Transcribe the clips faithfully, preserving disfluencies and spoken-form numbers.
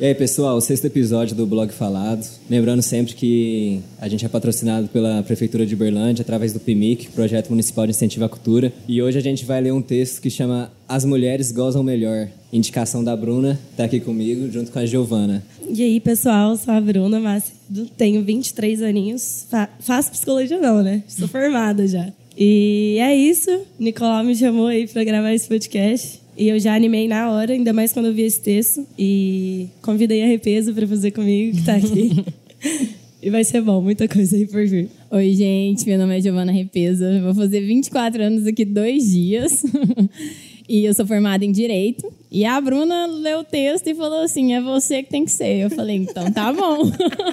E aí, pessoal, o sexto episódio do Blog Falado. Lembrando sempre que a gente é patrocinado pela Prefeitura de Uberlândia através do P M I C, Projeto Municipal de Incentivo à Cultura. E hoje a gente vai ler um texto que chama As Mulheres Gozam Melhor. Indicação da Bruna, tá aqui comigo, junto com a Giovana. E aí, pessoal, sou a Bruna Macedo, tenho vinte e três aninhos. Fa- faço psicologia não, né? Sou formada já. E é isso, Nicolau me chamou aí pra gravar esse podcast. E eu já animei na hora, ainda mais quando eu vi esse texto. E convidei a Repesa para fazer comigo, que tá aqui. E vai ser bom, muita coisa aí por vir. Oi, gente, meu nome é Giovana Repesa. Vou fazer vinte e quatro anos daqui dois dias. E eu sou formada em Direito. E a Bruna leu o texto e falou assim, é você que tem que ser. Eu falei, então tá bom.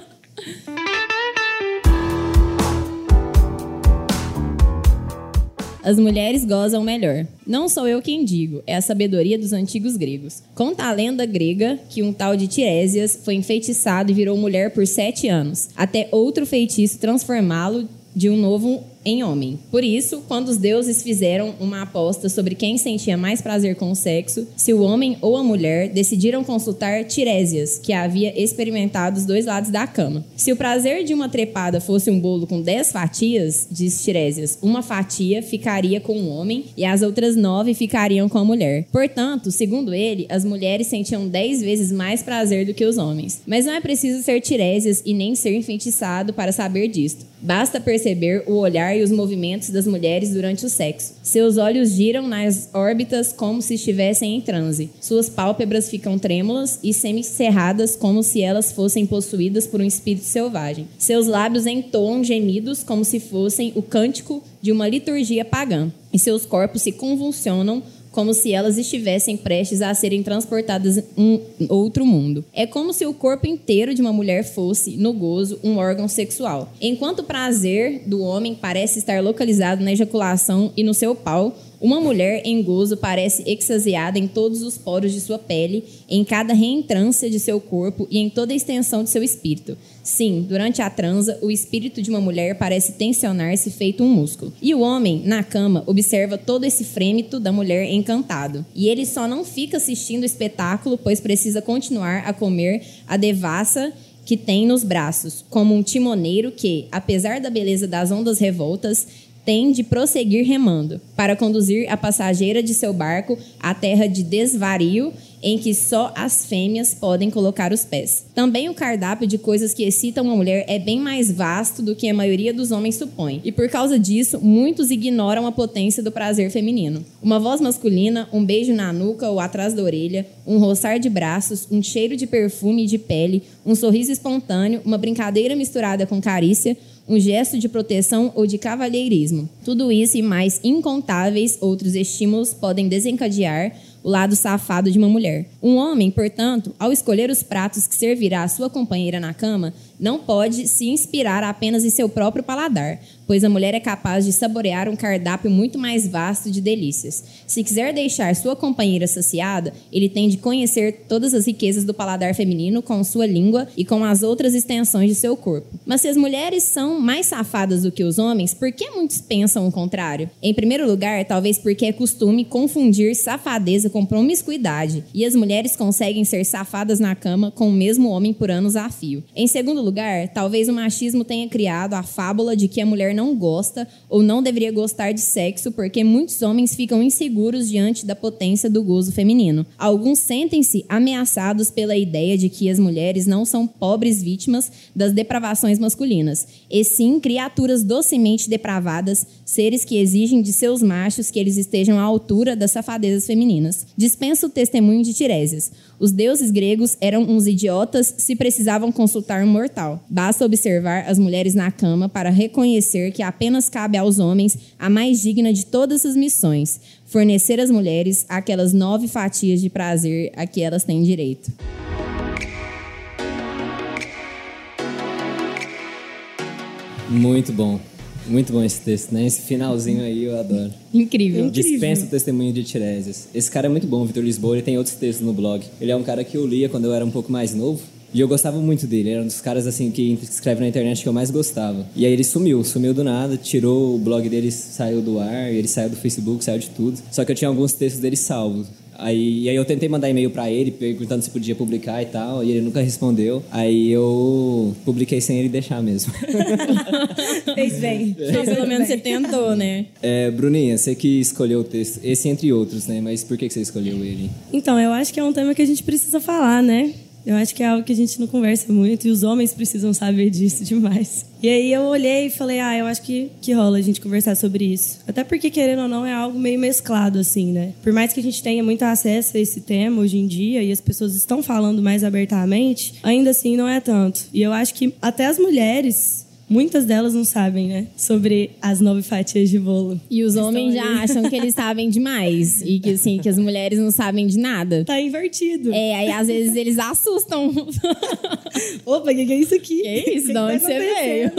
As mulheres gozam melhor. Não sou eu quem digo, é a sabedoria dos antigos gregos. Conta a lenda grega que um tal de Tiresias foi enfeitiçado e virou mulher por sete anos, até outro feitiço transformá-lo de um novo em homem. Por isso, quando os deuses fizeram uma aposta sobre quem sentia mais prazer com o sexo, se o homem ou a mulher, decidiram consultar Tiresias, que havia experimentado os dois lados da cama. Se o prazer de uma trepada fosse um bolo com dez fatias, diz Tiresias, uma fatia ficaria com o homem e as outras nove ficariam com a mulher. Portanto, segundo ele, as mulheres sentiam dez vezes mais prazer do que os homens. Mas não é preciso ser Tiresias e nem ser enfeitiçado para saber disto. Basta perceber o olhar e os movimentos das mulheres durante o sexo. Seus olhos giram nas órbitas como se estivessem em transe. Suas pálpebras ficam trêmulas e semicerradas como se elas fossem possuídas por um espírito selvagem. Seus lábios entoam gemidos como se fossem o cântico de uma liturgia pagã. E seus corpos se convulsionam como se elas estivessem prestes a serem transportadas em um outro mundo. É como se o corpo inteiro de uma mulher fosse, no gozo, um órgão sexual. Enquanto o prazer do homem parece estar localizado na ejaculação e no seu pau, uma mulher em gozo parece extasiada em todos os poros de sua pele, em cada reentrância de seu corpo e em toda a extensão de seu espírito. Sim, durante a transa, o espírito de uma mulher parece tensionar-se feito um músculo. E o homem, na cama, observa todo esse frêmito da mulher encantado. E ele só não fica assistindo o espetáculo, pois precisa continuar a comer a devassa que tem nos braços, como um timoneiro que, apesar da beleza das ondas revoltas, tem de prosseguir remando, para conduzir a passageira de seu barco à terra de desvario, em que só as fêmeas podem colocar os pés. Também o cardápio de coisas que excitam uma mulher é bem mais vasto do que a maioria dos homens supõe. E por causa disso, muitos ignoram a potência do prazer feminino. Uma voz masculina, um beijo na nuca ou atrás da orelha, um roçar de braços, um cheiro de perfume e de pele, um sorriso espontâneo, uma brincadeira misturada com carícia, um gesto de proteção ou de cavalheirismo. Tudo isso e mais incontáveis outros estímulos podem desencadear o lado safado de uma mulher. Um homem, portanto, ao escolher os pratos que servirá à sua companheira na cama, não pode se inspirar apenas em seu próprio paladar, pois a mulher é capaz de saborear um cardápio muito mais vasto de delícias. Se quiser deixar sua companheira saciada, ele tem de conhecer todas as riquezas do paladar feminino com sua língua e com as outras extensões de seu corpo. Mas se as mulheres são mais safadas do que os homens, por que muitos pensam o contrário? Em primeiro lugar, talvez porque é costume confundir safadeza com promiscuidade, e as mulheres conseguem ser safadas na cama com o mesmo homem por anos a fio. Em segundo lugar, talvez o machismo tenha criado a fábula de que a mulher não gosta ou não deveria gostar de sexo porque muitos homens ficam inseguros diante da potência do gozo feminino. Alguns sentem-se ameaçados pela ideia de que as mulheres não são pobres vítimas das depravações masculinas, e sim criaturas docemente depravadas, seres que exigem de seus machos que eles estejam à altura das safadezas femininas. Dispensa o testemunho de Tiresias. Os deuses gregos eram uns idiotas se precisavam consultar um mortal. Basta observar as mulheres na cama para reconhecer que apenas cabe aos homens a mais digna de todas as missões: fornecer às mulheres aquelas nove fatias de prazer a que elas têm direito. Muito bom. Muito bom esse texto, né? Esse finalzinho aí eu adoro. Incrível. Dispensa o testemunho de Tiresias. Esse cara é muito bom, o Vitor Lisboa, ele tem outros textos no blog. Ele é um cara que eu lia quando eu era um pouco mais novo. E eu gostava muito dele, era um dos caras assim que escreve na internet que eu mais gostava. E aí ele sumiu, sumiu do nada, tirou o blog dele, saiu do ar, ele saiu do Facebook, saiu de tudo. Só que eu tinha alguns textos dele salvos. Aí, aí eu tentei mandar e-mail pra ele, perguntando se podia publicar e tal, e ele nunca respondeu. Aí eu publiquei sem ele deixar mesmo. Fez bem. Então, pelo menos você tentou, né? É, Bruninha, você que escolheu o texto, esse entre outros, né? Mas por que que você escolheu ele? Então, eu acho que é um tema que a gente precisa falar, né? Eu acho que é algo que a gente não conversa muito e os homens precisam saber disso demais. E aí eu olhei e falei, ah, eu acho que, que rola a gente conversar sobre isso. Até porque, querendo ou não, é algo meio mesclado, assim, né? Por mais que a gente tenha muito acesso a esse tema hoje em dia e as pessoas estão falando mais abertamente, ainda assim não é tanto. E eu acho que até as mulheres... Muitas delas não sabem, né? Sobre as nove fatias de bolo. E os homens já acham que eles sabem demais. E que, assim, que as mulheres não sabem de nada. Tá invertido. É, aí às vezes eles assustam. Opa, o que, que é isso aqui? Que é isso? Que De onde tá você veio?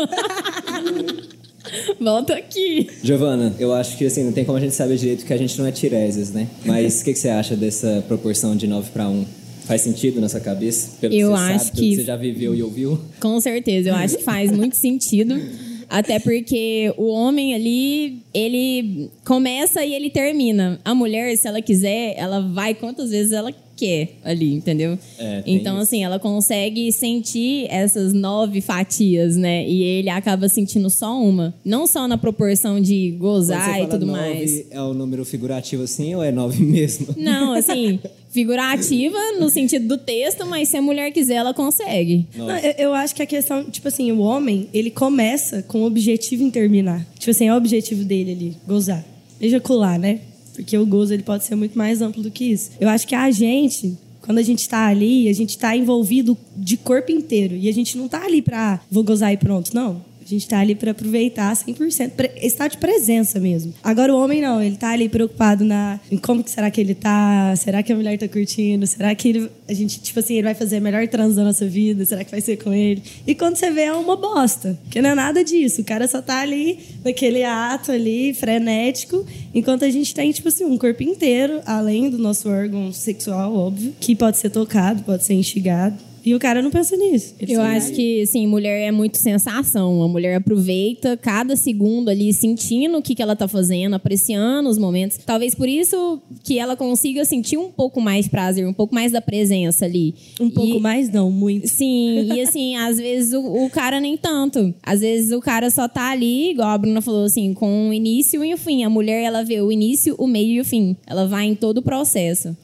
Volta aqui. Giovana, eu acho que assim, não tem como a gente saber direito que a gente não é Tiresias, né? Mas o que, que você acha dessa proporção de nove para um? Faz sentido na sua cabeça? Pelo Eu que você acho sabe, pelo que- que você já viveu e ouviu? Com certeza, eu acho que faz muito sentido. Até porque o homem ali, ele começa e ele termina. A mulher, se ela quiser, ela vai quantas vezes ela quer ali, entendeu? É, tem Então, isso. assim, ela consegue sentir essas nove fatias, né? E ele acaba sentindo só uma. Não só na proporção de Quando gozar você e fala tudo nove, mais. é o número figurativo assim ou é nove mesmo? Não, assim, figurativa no sentido do texto, mas se a mulher quiser, ela consegue. Não, eu, eu acho que a questão, tipo assim, o homem, ele começa com o objetivo em terminar. Tipo assim, é o objetivo dele ali, gozar. Ejacular, né? Porque o gozo, ele pode ser muito mais amplo do que isso. Eu acho que a gente, quando a gente tá ali, a gente tá envolvido de corpo inteiro. E a gente não tá ali pra vou gozar e pronto, não. A gente tá ali pra aproveitar cem por cento. Pre- Está de presença mesmo. Agora o homem não, ele tá ali preocupado na, em como que será que ele tá, será que a mulher tá curtindo, será que ele, a gente, tipo assim, ele vai fazer a melhor trans da nossa vida, será que vai ser com ele? E quando você vê é uma bosta, porque não é nada disso. O cara só tá ali naquele ato ali, frenético, enquanto a gente tem, tipo assim, um corpo inteiro, além do nosso órgão sexual, óbvio, que pode ser tocado, pode ser instigado. E o cara não pensa nisso. Ele Eu só acho vai- que, assim, mulher é muito sensação. A mulher aproveita cada segundo ali, sentindo o que, que ela tá fazendo, apreciando os momentos. Talvez por isso que ela consiga sentir um pouco mais prazer, um pouco mais da presença ali. Um pouco E- mais, não, muito. Sim, e assim, às vezes o, o cara nem tanto. Às vezes o cara só tá ali, igual a Bruna falou, assim, com o início e o fim. A mulher, ela vê o início, o meio e o fim. Ela vai em todo o processo.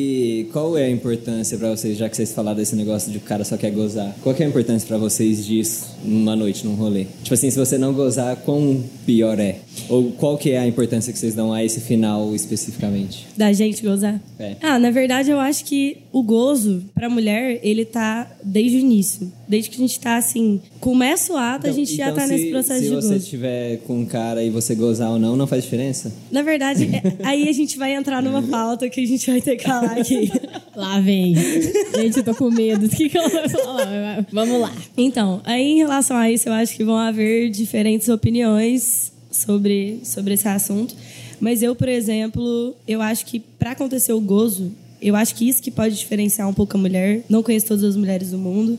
E qual é a importância pra vocês, já que vocês falaram desse negócio de o cara só quer gozar? Qual que é a importância pra vocês disso numa noite, num rolê? Tipo assim, se você não gozar, quão pior é? Ou qual que é a importância que vocês dão a esse final especificamente? Da gente gozar? É. Ah, na verdade, eu acho que o gozo, pra mulher, ele tá desde o início. Desde que a gente tá, assim, começa o ato, a gente já tá se, nesse processo se de você gozo. estiver com um cara e você gozar ou não, não faz diferença? Na verdade, é- aí a gente vai entrar numa pauta que a gente vai ter que falar aqui. Lá vem. Gente, eu tô com medo. O que, que ela vai falar? Vamos lá. Então, aí em relação a isso, eu acho que vão haver diferentes opiniões sobre, sobre esse assunto. Mas eu, por exemplo, eu acho que para acontecer o gozo, eu acho que isso que pode diferenciar um pouco a mulher. Não conheço todas as mulheres do mundo,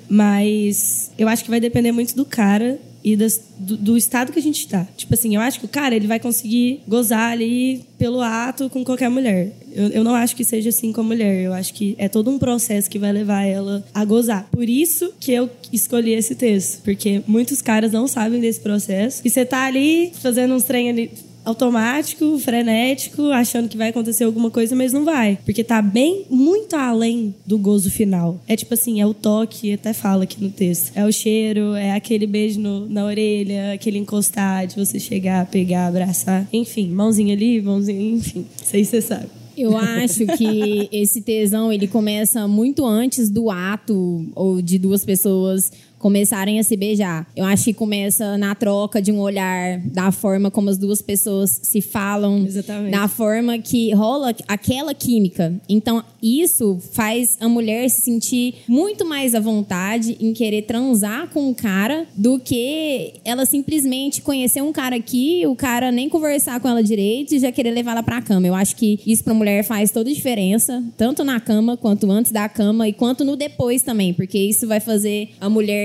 mas eu acho que vai depender muito do cara e das, do, do estado que a gente tá. Tipo assim, eu acho que o cara, ele vai conseguir gozar ali pelo ato com qualquer mulher. Eu, eu não acho que seja assim com a mulher. Eu acho que é todo um processo que vai levar ela a gozar. Por isso que eu escolhi esse texto. Porque muitos caras não sabem desse processo. E você tá ali fazendo uns trem ali automático, frenético, achando que vai acontecer alguma coisa, mas não vai. Porque tá bem, muito além do gozo final. É tipo assim, é o toque, até fala aqui no texto. É o cheiro, é aquele beijo no, na orelha, aquele encostar, de você chegar, pegar, abraçar. Enfim, mãozinha ali, mãozinha, enfim. Isso aí você sabe. Eu acho que esse tesão, ele começa muito antes do ato ou de duas pessoas começarem a se beijar. Eu acho que começa na troca de um olhar, da forma como as duas pessoas se falam, Exatamente. da forma que rola aquela química. Então, isso faz a mulher se sentir muito mais à vontade em querer transar com o cara do que ela simplesmente conhecer um cara aqui, o cara nem conversar com ela direito e já querer levar ela pra cama. Eu acho que isso pra mulher faz toda a diferença, tanto na cama, quanto antes da cama e quanto no depois também, porque isso vai fazer a mulher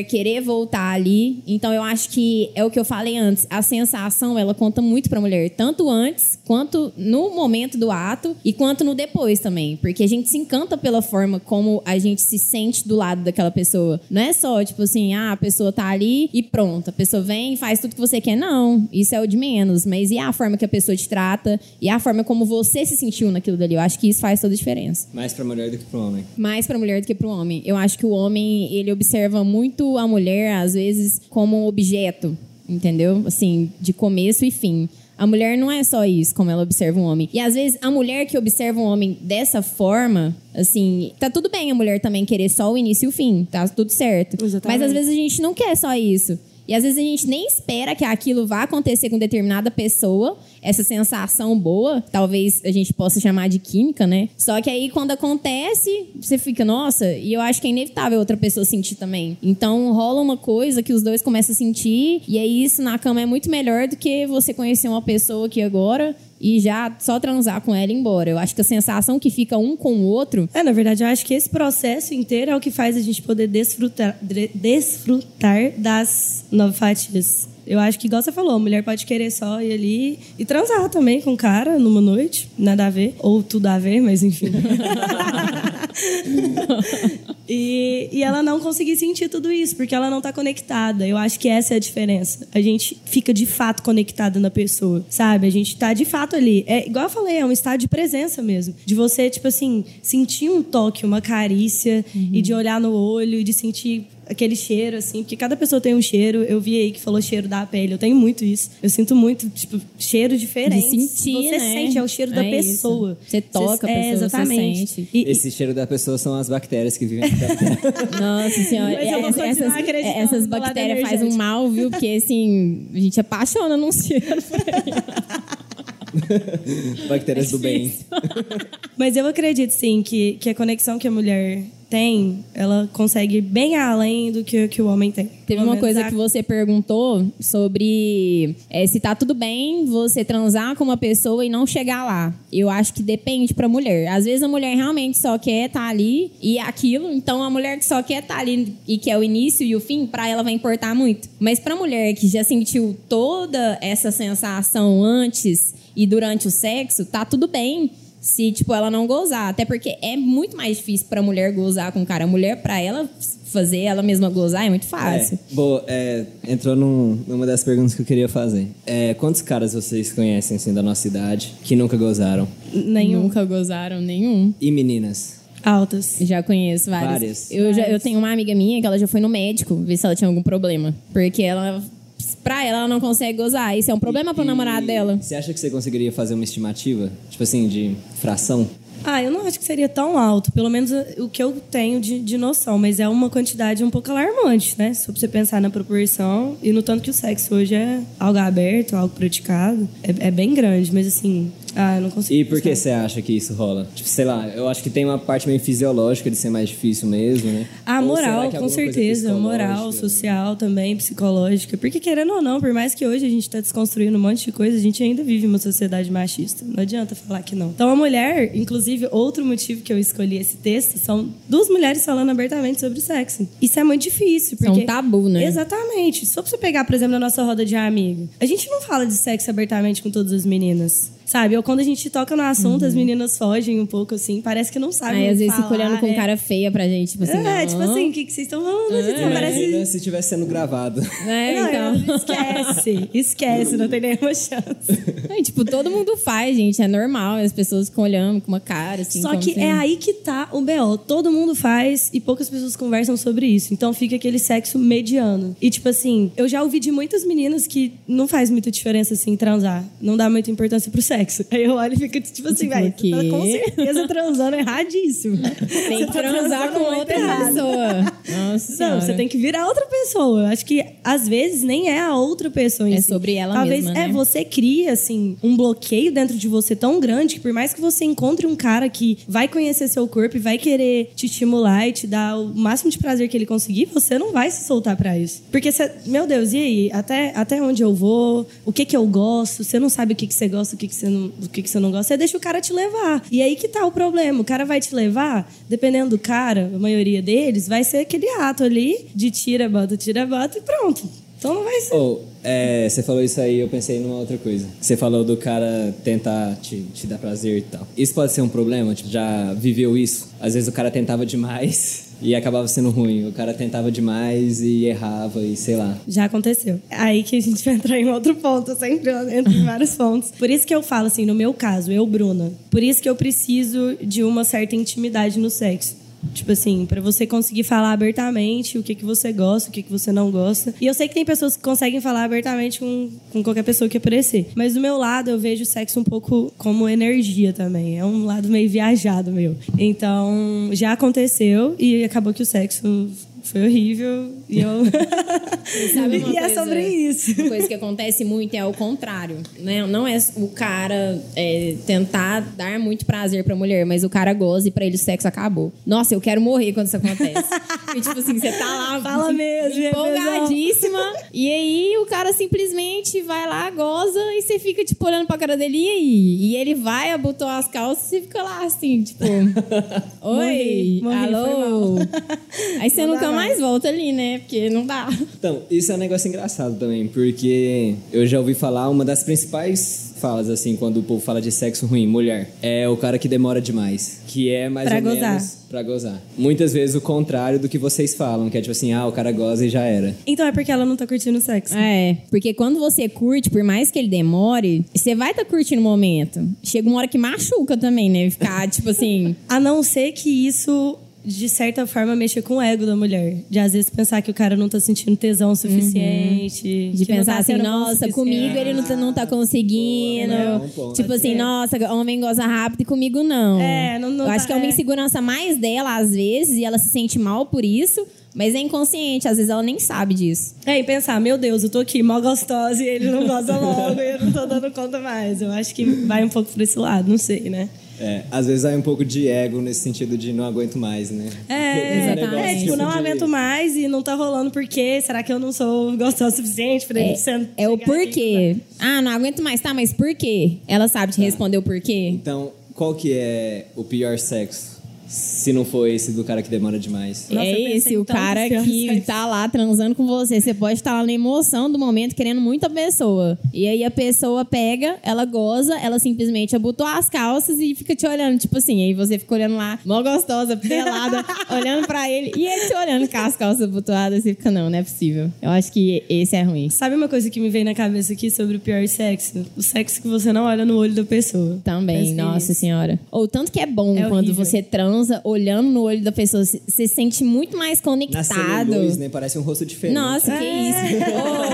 mulher querer voltar ali. Então eu acho que é o que eu falei antes, a sensação, ela conta muito pra mulher, tanto antes, quanto no momento do ato e quanto no depois também, porque a gente se encanta pela forma como a gente se sente do lado daquela pessoa. Não é só, tipo assim, ah, a pessoa tá ali e pronto, a pessoa vem e faz tudo que você quer. Não, isso é o de menos, mas e a forma que a pessoa te trata e a forma como você se sentiu naquilo dali. Eu acho que isso faz toda a diferença. Mais pra mulher do que pro homem. Mais pra mulher do que pro homem. Eu acho que o homem, ele observa muito a mulher, às vezes, como um objeto, entendeu? Assim, de começo e fim. A mulher não é só isso, como ela observa um homem. E às vezes a mulher que observa um homem dessa forma, assim, tá tudo bem a mulher também querer só o início e o fim, tá tudo certo. Exatamente. Mas às vezes a gente não quer só isso. E às vezes a gente nem espera que aquilo vá acontecer com determinada pessoa, essa sensação boa, talvez a gente possa chamar de química, né? Só que aí quando acontece, você fica, nossa, e eu acho que é inevitável outra pessoa sentir também. Então rola uma coisa que os dois começam a sentir, e aí isso na cama é muito melhor do que você conhecer uma pessoa que agora e já só transar com ela e ir embora. Eu acho que a sensação que fica um com o outro... É, na verdade, eu acho que esse processo inteiro é o que faz a gente poder desfrutar, desfrutar das nove fatias. Eu acho que, igual você falou, a mulher pode querer só ir ali e transar também com o cara numa noite, nada a ver, ou tudo a ver, mas enfim. e, e ela não conseguir sentir tudo isso, porque ela não tá conectada. Eu acho que essa é a diferença. A gente fica de fato conectada na pessoa, sabe? A gente tá de fato ali. É igual eu falei, é um estado de presença mesmo. De você, tipo assim, sentir um toque, uma carícia, uhum. e de olhar no olho, e de sentir aquele cheiro, assim, porque cada pessoa tem um cheiro. Eu vi aí que falou cheiro da pele, eu tenho muito isso. Eu sinto muito, tipo, cheiro diferente. De sentir, você né? sente, é o cheiro é da pessoa. Isso. Você toca você, a pessoa, é, exatamente. Você sente. E, Esse cheiro da pessoa são as bactérias que vivem aqui. Nossa senhora, Mas eu vou essas, continuar essas bactérias fazem um mal, viu? Porque, assim, a gente apaixona num cheiro por aí. Bactérias é do bem. Mas eu acredito, sim, que, que a conexão que a mulher tem, ela consegue ir bem além do que, que o homem tem. Teve uma coisa a... que você perguntou sobre é, se tá tudo bem você transar com uma pessoa e não chegar lá. Eu acho que depende pra mulher. Às vezes a mulher realmente só quer estar tá ali e aquilo. Então a mulher que só quer estar tá ali e quer o início e o fim, pra ela vai importar muito. Mas pra mulher que já sentiu toda essa sensação antes e durante o sexo, tá tudo bem se, tipo, ela não gozar. Até porque é muito mais difícil pra mulher gozar com o cara. A mulher, pra ela fazer ela mesma gozar, é muito fácil. É. Boa, é, entrou num, numa das perguntas que eu queria fazer. É, quantos caras vocês conhecem, assim, da nossa idade que nunca gozaram? Nenhum. Nunca gozaram, nenhum. E meninas? Altas. Já conheço várias. Várias. Eu, várias. Já, eu tenho uma amiga minha que ela já foi no médico ver se ela tinha algum problema. Porque ela... Pra ela, ela não consegue gozar. Isso é um problema e, pro namorado dela. Você acha que você conseguiria fazer uma estimativa? Tipo assim, de fração? Ah, eu não acho que seria tão alto. Pelo menos o que eu tenho de, de noção. Mas é uma quantidade um pouco alarmante, né? Se você pensar na proporção. E no tanto que o sexo hoje é algo aberto, algo praticado. É, é bem grande, mas assim... Ah, eu não consigo. E por que você acha que isso rola? Tipo, sei lá, eu acho que tem uma parte meio fisiológica de ser mais difícil mesmo, né? Ah, ou moral, com certeza. Moral, social também, psicológica. Porque querendo ou não, por mais que hoje a gente tá desconstruindo um monte de coisa, a gente ainda vive uma sociedade machista. Não adianta falar que não. Então a mulher, inclusive, outro motivo que eu escolhi esse texto são duas mulheres falando abertamente sobre sexo. Isso é muito difícil. Porque... É um tabu, né? Exatamente. Só pra você pegar, por exemplo, na nossa roda de amigo. A gente não fala de sexo abertamente com todas as meninas. Sabe? Ou quando a gente toca no assunto, uhum. as meninas fogem um pouco, assim. Parece que não sabem. Aí, às vezes, falar, fica olhando com é... cara feia pra gente. Tipo assim, é, não. tipo assim, o que, que vocês estão falando? É, Imagina parece... se estivesse sendo gravado. É, não, então. Esquece. Esquece, não tem nenhuma chance. É, tipo, todo mundo faz, gente. É normal. As pessoas ficam olhando com uma cara, assim. Só que assim. é aí que tá o B O. Todo mundo faz e poucas pessoas conversam sobre isso. Então fica aquele sexo mediano. E, tipo assim, eu já ouvi de muitas meninas que não faz muita diferença, assim, transar. Não dá muita importância pro sexo. Aí eu olho e fico, tipo assim, vai, você tá com certeza transando erradíssimo. Tem que tá transar com outra errado. pessoa. Nossa Não, você tem que virar outra pessoa. Acho que, às vezes, nem é a outra pessoa em É si. sobre ela Talvez, mesma, é, né? você cria, assim, um bloqueio dentro de você tão grande que por mais que você encontre um cara que vai conhecer seu corpo e vai querer te estimular e te dar o máximo de prazer que ele conseguir, você não vai se soltar pra isso. Porque, você, meu Deus, e aí? Até, até onde eu vou? O que que eu gosto? Você não sabe o que que você gosta, o que que você você não, do que, que você não gosta, você deixa o cara te levar. E aí que tá o problema. O cara vai te levar, dependendo do cara, a maioria deles, vai ser aquele ato ali de tira, bota, tira, bota e pronto. Então não vai ser. Oh, é, você falou isso aí, eu pensei numa outra coisa. Você falou do cara tentar te, te dar prazer e tal. Isso pode ser um problema? Tipo, já viveu isso? Às vezes o cara tentava demais e acabava sendo ruim. O cara tentava demais e errava e sei lá. Já aconteceu. Aí que a gente vai entrar em outro ponto. Eu sempre entro em vários pontos. Por isso que eu falo assim, no meu caso, eu, Bruna, por isso que eu preciso de uma certa intimidade no sexo. Tipo assim, pra você conseguir falar abertamente o que, que você gosta, o que, que você não gosta. E eu sei que tem pessoas que conseguem falar abertamente com, com qualquer pessoa que aparecer. Mas do meu lado, eu vejo o sexo um pouco como energia também. É um lado meio viajado meu. Então, já aconteceu e acabou que o sexo foi horrível. E eu... Sabe uma e é coisa, sobre isso. Uma coisa que acontece muito é o contrário, né? Não é o cara é, tentar dar muito prazer pra mulher, mas o cara goza e pra ele o sexo acabou. Nossa, eu quero morrer quando isso acontece. Porque, tipo assim, você tá lá Fala mesmo, empolgadíssima e aí o cara simplesmente vai lá, goza e você fica, tipo, olhando pra cara dele e aí? E ele vai, abotou as calças e você fica lá, assim, tipo... Oi, morri, morri, alô? Aí você Não nunca dá mais mais. volta ali, né? Porque não dá. Então, isso é um negócio engraçado também, porque eu já ouvi falar, uma das principais falas, assim, quando o povo fala de sexo ruim, mulher, é o cara que demora demais, que é mais Pra ou gozar. menos pra gozar. Muitas vezes o contrário do que vocês falam, que é tipo assim, ah, o cara goza e já era. Então é porque ela não tá curtindo o sexo. É, porque quando você curte, por mais que ele demore, você vai estar tá curtindo o momento. Chega uma hora que machuca também, né? Ficar, tipo assim... A não ser que isso, de certa forma, mexa com o ego da mulher. De, às vezes, pensar que o cara não tá sentindo tesão o suficiente. Uhum. De que não pensar tá assim, sendo bom o nossa, suficiente. comigo ele não tá, não tá conseguindo. É um ponto. Tipo Pode assim, ser. nossa, homem goza rápido e comigo não. É, não- não Eu tá- acho que é uma é. insegurança mais dela, às vezes, e ela se sente mal por isso, mas é inconsciente. Às vezes ela nem sabe disso. É, e pensar, meu Deus, eu tô aqui mó gostosa e ele não goza logo e eu não tô dando conta mais. Eu acho que vai um pouco pra esse lado, não sei, né? É, às vezes há um pouco de ego nesse sentido de não aguento mais, né? É, Exatamente. é, tipo, não de- aguento mais e não tá rolando por quê? Será que eu não sou gostosa o suficiente pra ele É, sendo- é o chegar aqui? porquê. Ah, não aguento mais, tá? Mas por quê? Ela sabe te responder o porquê? Então, qual que é o pior sexo? Se não for esse do cara que demora demais. Nossa, eu é pensei esse, em o cara tantos que sexos. tá lá transando com você. Você pode estar lá na emoção do momento, querendo muito a pessoa. E aí a pessoa pega, ela goza, ela simplesmente abotou as calças e fica te olhando, tipo assim. Aí você fica olhando lá, mó gostosa, pelada, olhando pra ele. E ele te olhando com as calças abotoadas. Você fica, não, não é possível. Eu acho que esse é ruim. Sabe uma coisa que me veio na cabeça aqui sobre o pior sexo? O sexo que você não olha no olho da pessoa. Também, Parece que é nossa isso. senhora. Ou tanto que é bom É quando horrível. você transa olhando no olho da pessoa. Você se sente muito mais Na conectado. celulose, né? Parece um rosto diferente. Nossa, que isso.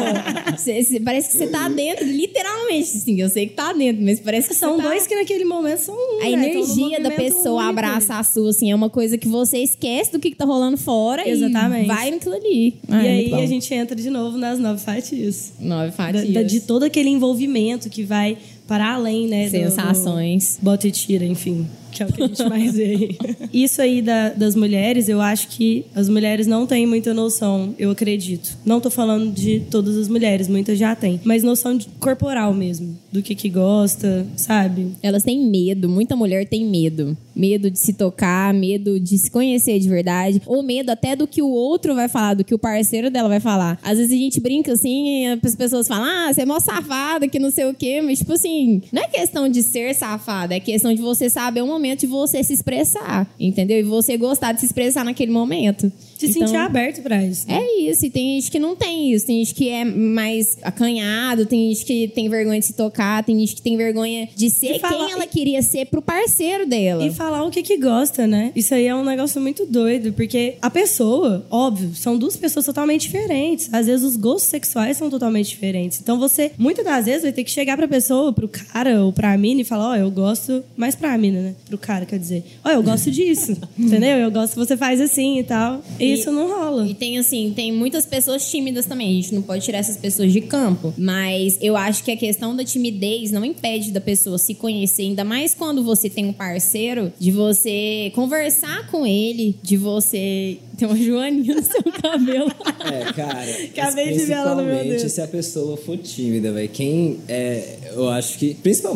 Ô, cê- cê- parece que você tá dentro, literalmente. Sim, eu sei que tá dentro, mas parece que São você tá... dois que naquele momento são um, A né? Tão num energia da movimento pessoa único. abraça a sua, assim, é uma coisa que você esquece do que, que tá rolando fora Exatamente. e vai naquilo ali. E Ah, é aí muito bom. a gente entra de novo nas nove fatias. Nove Da- fatias. da- de todo aquele envolvimento que vai para além, né? do- Sensações. do Bota e tira, enfim. Que é o que a gente mais vê aí. Isso aí da- das mulheres, eu acho que as mulheres não têm muita noção, eu acredito. Não tô falando de todas as mulheres, muitas já têm. Mas noção de- corporal mesmo. Do que que gosta, sabe? Elas têm medo, muita mulher tem medo. Medo de se tocar, medo de se conhecer de verdade, ou medo até do que o outro vai falar, do que o parceiro dela vai falar. Às vezes a gente brinca assim, e as pessoas falam, ah, você é mó safada, que não sei o quê, mas tipo assim, não é questão de ser safada, é questão de você saber o momento de você se expressar, entendeu? E você gostar de se expressar naquele momento. Se Então, sentir aberto pra isso. né? é isso, e tem gente que não tem isso. Tem gente que é mais acanhado, tem gente que tem vergonha de se tocar, tem gente que tem vergonha de ser E falar- quem ela queria ser pro parceiro dela. E falar o que que gosta, né? Isso aí é um negócio muito doido, porque a pessoa, óbvio, são duas pessoas totalmente diferentes. Às vezes os gostos sexuais são totalmente diferentes. Então você, muitas das vezes, vai ter que chegar pra pessoa, pro cara ou pra mina e falar, ó, eu gosto mais pra mina, né? Pro cara, quer dizer, ó, eu gosto disso, entendeu? Eu gosto que você faz assim e tal. E isso não rola. E tem, assim, tem muitas pessoas tímidas também. A gente não pode tirar essas pessoas de campo. Mas eu acho que a questão da timidez não impede da pessoa se conhecer. Ainda mais quando você tem um parceiro, de você conversar com ele, de você... Tem uma joaninha no seu cabelo. É, cara. Acabei mas de ver ela no meu principalmente dedo. se a pessoa for tímida, velho. Quem é. Eu acho que. Principalmente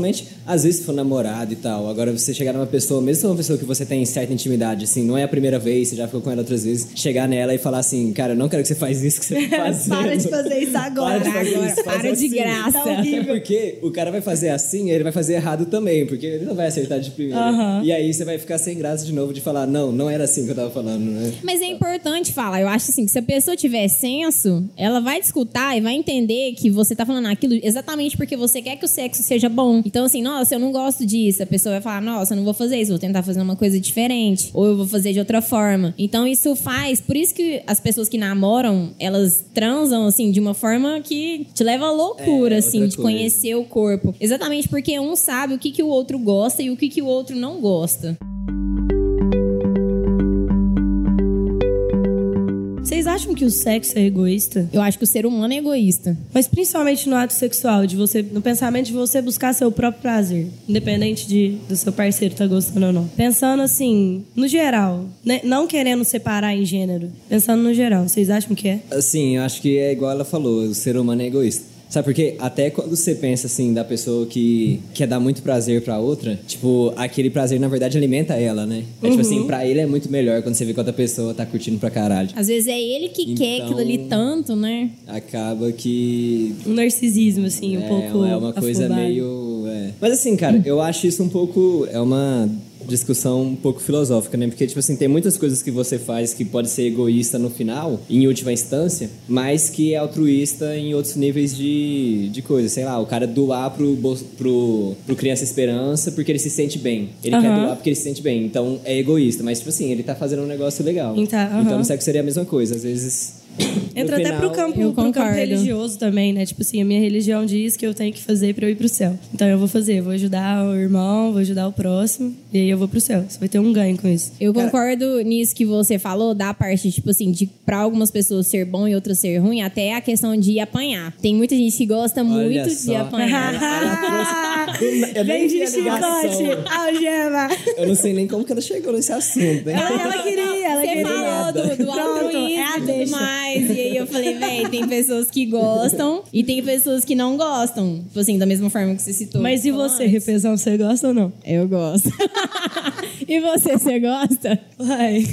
às vezes se for namorado e tal. Agora, você chegar numa pessoa, mesmo se é uma pessoa que você tem certa intimidade, assim, não é a primeira vez, você já ficou com ela outras vezes, chegar nela e falar assim, cara, eu não quero que você faz isso que você tá fazendo. Para de fazer isso agora. Para de fazer Agora, isso, faz para de assim. graça. Tá horrível. Até porque o cara vai fazer assim, ele vai fazer errado também, porque ele não vai acertar de primeira. Uhum. E aí você vai ficar sem graça de novo de falar, não, não era assim que eu tava falando, né? Mas é importante falar, eu acho assim, que se a pessoa tiver senso, ela vai te escutar e vai entender que você tá falando aquilo exatamente porque você quer que o sexo seja bom. Então assim, nossa, eu não gosto disso. A pessoa vai falar, nossa, eu não vou fazer isso, vou tentar fazer uma coisa diferente. Ou eu vou fazer de outra forma. Então isso faz, por isso que as pessoas que namoram, elas transam assim, de uma forma que te leva à loucura, É, assim, outra de coisa. conhecer o corpo. Exatamente porque um sabe o que, que o outro gosta e o que, que o outro não gosta. Vocês acham que o sexo é egoísta? Eu acho que o ser humano é egoísta. Mas principalmente no ato sexual, de você, no pensamento de você buscar seu próprio prazer, independente de do seu parceiro estar gostando ou não. Pensando assim, no geral, né? Não querendo separar em gênero, pensando no geral, vocês acham que é? Assim, eu acho que é igual ela falou, o ser humano é egoísta. Sabe por quê? Até quando você pensa, assim, da pessoa que quer dar muito prazer pra outra, tipo, aquele prazer, na verdade, alimenta ela, né? É tipo assim, pra ele é muito melhor quando você vê que outra pessoa tá curtindo pra caralho. Às vezes é ele que Então, quer aquilo ali tanto, né? Acaba que Um narcisismo, assim, um é, pouco é uma coisa afobado. meio... é. Mas assim, cara, eu acho isso um pouco... É uma discussão um pouco filosófica, né? Porque, tipo assim, tem muitas coisas que você faz que pode ser egoísta no final, em última instância, mas que é altruísta em outros níveis de, de coisa. Sei lá, o cara doar pro, bolso- pro, pro Criança Esperança porque ele se sente bem. Ele quer Aham. doar porque ele se sente bem. Então, é egoísta. Mas, tipo assim, ele tá fazendo um negócio legal. Então, aham. Então, no sexo seria a mesma coisa. Às vezes... no Entra até final, pro campo, eu pro campo concordo. religioso também, né? Tipo assim, a minha religião diz que eu tenho que fazer pra eu ir pro céu. Então eu vou fazer, vou ajudar o irmão, vou ajudar o próximo, e aí eu vou pro céu. Você vai ter um ganho com isso. Eu concordo nisso que você falou, da parte, tipo assim, de pra algumas pessoas ser bom e outras ser ruim, até a questão de apanhar. Tem muita gente que gosta muito só. de apanhar. Eu nem Vem de vi a ligação. chicote, algema. Eu não sei nem como que ela chegou nesse assunto, hein? Ela, ela queria, ela Você queria. falou do, do Pronto, altruísmo é a e tudo deixa. mais. E aí eu falei, véi, tem pessoas que gostam e tem pessoas que não gostam. Tipo assim, da mesma forma que você citou. Mas e falou você, antes. Repesão, você gosta ou não? Eu gosto. E você, você gosta? Vai.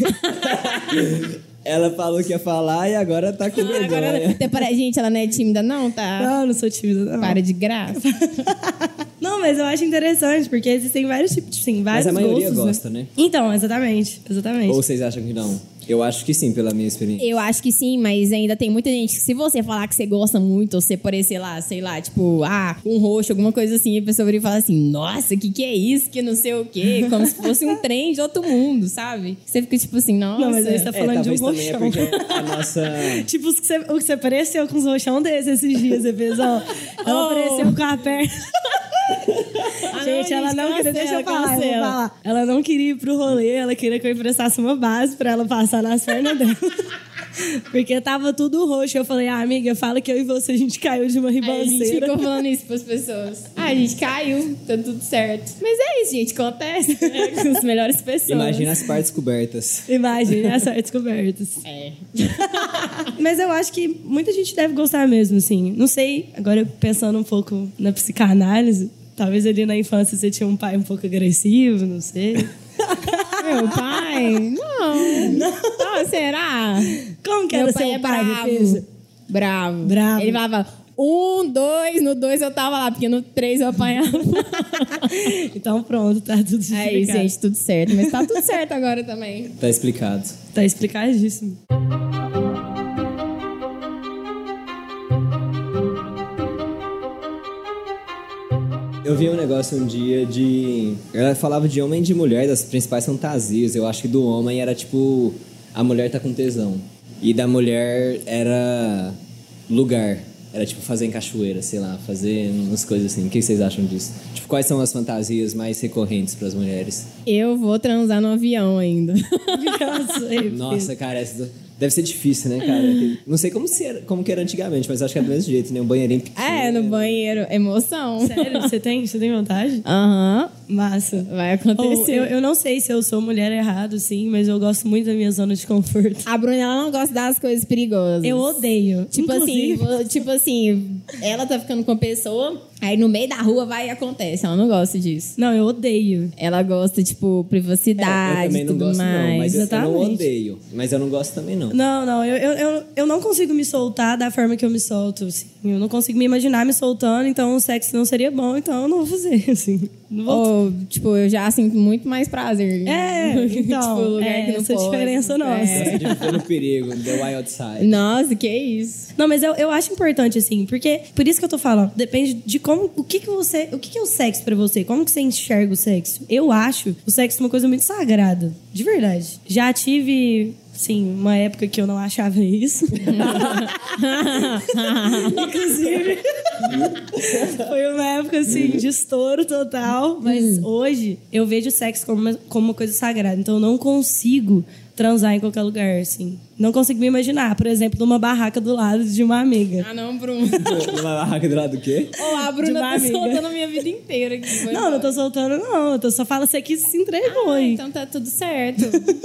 Ela falou que ia falar e agora tá com vergonha. Agora, até para gente, ela não é tímida, não, tá? Não, não sou tímida, não. Para de graça. Não, mas eu acho interessante, porque existem vários tipos, sim, vários Mas a maioria gostos, gosta, né? Então, exatamente, exatamente. Ou vocês acham que não? Eu acho que sim, pela minha experiência. Eu acho que sim, mas ainda tem muita gente que se você falar que você gosta muito, ou você parecer lá, sei lá, tipo, ah, um roxo, alguma coisa assim, a pessoa vira e fala assim, nossa, que que é isso? Que não sei o quê. Como se fosse um trem de outro mundo, sabe? Você fica tipo assim, nossa. Não, mas aí você tá falando é, de um talvez também é roxão. porque a nossa... Tipo, o que você, o que você apareceu com os roxão desses esses dias, Repesão. Ela Oh. apareceu com a perna... Ah, Gente, ela não queria... cancela, Deixa eu falar, eu vou cancela. falar. Ela não queria ir pro rolê, ela queria que eu emprestasse uma base pra ela passar nas pernas dela. Porque tava tudo roxo. Eu falei, ah, amiga, fala que eu e você, a gente caiu de uma Aí a gente ribanceira. ficou falando isso pras pessoas. Ah, a gente caiu, tá tudo certo. Mas é isso, gente, acontece né, com as melhores pessoas. Imagina as partes cobertas. Imagine as artes cobertas. É. Mas eu acho que muita gente deve gostar mesmo, assim. Não sei, agora pensando um pouco na psicanálise, talvez ali na infância você tinha um pai um pouco agressivo, não sei. Meu pai? Não. Não, será? Como que Meu era pai seu é pai, bravo. Repesa? Bravo. Bravo. Ele falava um, dois, no dois eu tava lá, porque no três eu apanhava. Então pronto, tá tudo explicado. É isso, gente, tudo certo. Mas tá tudo certo agora também. Tá explicado. Tá explicadíssimo. Eu vi um negócio um dia de... Ela falava de homem e de mulher, das principais fantasias. Eu acho que do homem era tipo... A mulher tá com tesão. E da mulher era... Lugar. Era tipo fazer em cachoeira, sei lá. Fazer umas coisas assim. O que vocês acham disso? Tipo, quais são as fantasias mais recorrentes pras mulheres? Eu vou transar no avião ainda. Nossa, Repesa. Nossa, cara, essa... Deve ser difícil, né, cara? Não sei como, se era, como que era antigamente, mas acho que é do mesmo jeito, né? Um banheirinho pequeno. É, no banheiro. Emoção. Sério? Você tem, você tem vontade? Aham. Massa. Vai Ou, acontecer. eu, eu não sei se eu sou mulher errado, sim, mas eu gosto muito da minha zona de conforto. A Bruna, ela não gosta das coisas perigosas. Eu odeio. Tipo Inclusive, assim, vou- tipo assim, ela tá ficando com a pessoa, aí no meio da rua vai e acontece. Ela não gosta disso. Não, eu odeio. Ela gosta, tipo, privacidade, É, eu também não tudo gosto, mais. não, mas eu, eu não Exatamente. odeio. Mas eu não gosto também, não. Não, não, eu, eu, eu, eu não consigo me soltar da forma que eu me solto, assim. Eu não consigo me imaginar me soltando, então o sexo não seria bom, então eu não vou fazer, assim. Não vou... Ou, tipo, eu já sinto muito mais prazer. É, então, tipo, lugar é que não essa pode. diferença nossa. É. Gosto de viver no perigo, the wild side. Nossa, que isso. Não, mas eu, eu acho importante, assim, porque... Por isso que eu tô falando, depende de como... O que que você... O que que é o sexo pra você? Como que você enxerga o sexo? Eu acho o sexo uma coisa muito sagrada. De verdade. Já tive... Sim, uma época que eu não achava isso. Inclusive, foi uma época, assim, de estouro total. Mas hoje, eu vejo o sexo como uma, como uma coisa sagrada. Então, eu não consigo transar em qualquer lugar, assim. Não consigo me imaginar, por exemplo, numa barraca do lado de uma amiga. Ah, não, Bruno. Numa barraca do lado do quê? Ô, a De Bruna uma tá amiga. soltando a minha vida inteira aqui. Vai Não, embora. não tô soltando, não. Eu tô só falo você que se entregou, Ah, hein? então tá tudo certo.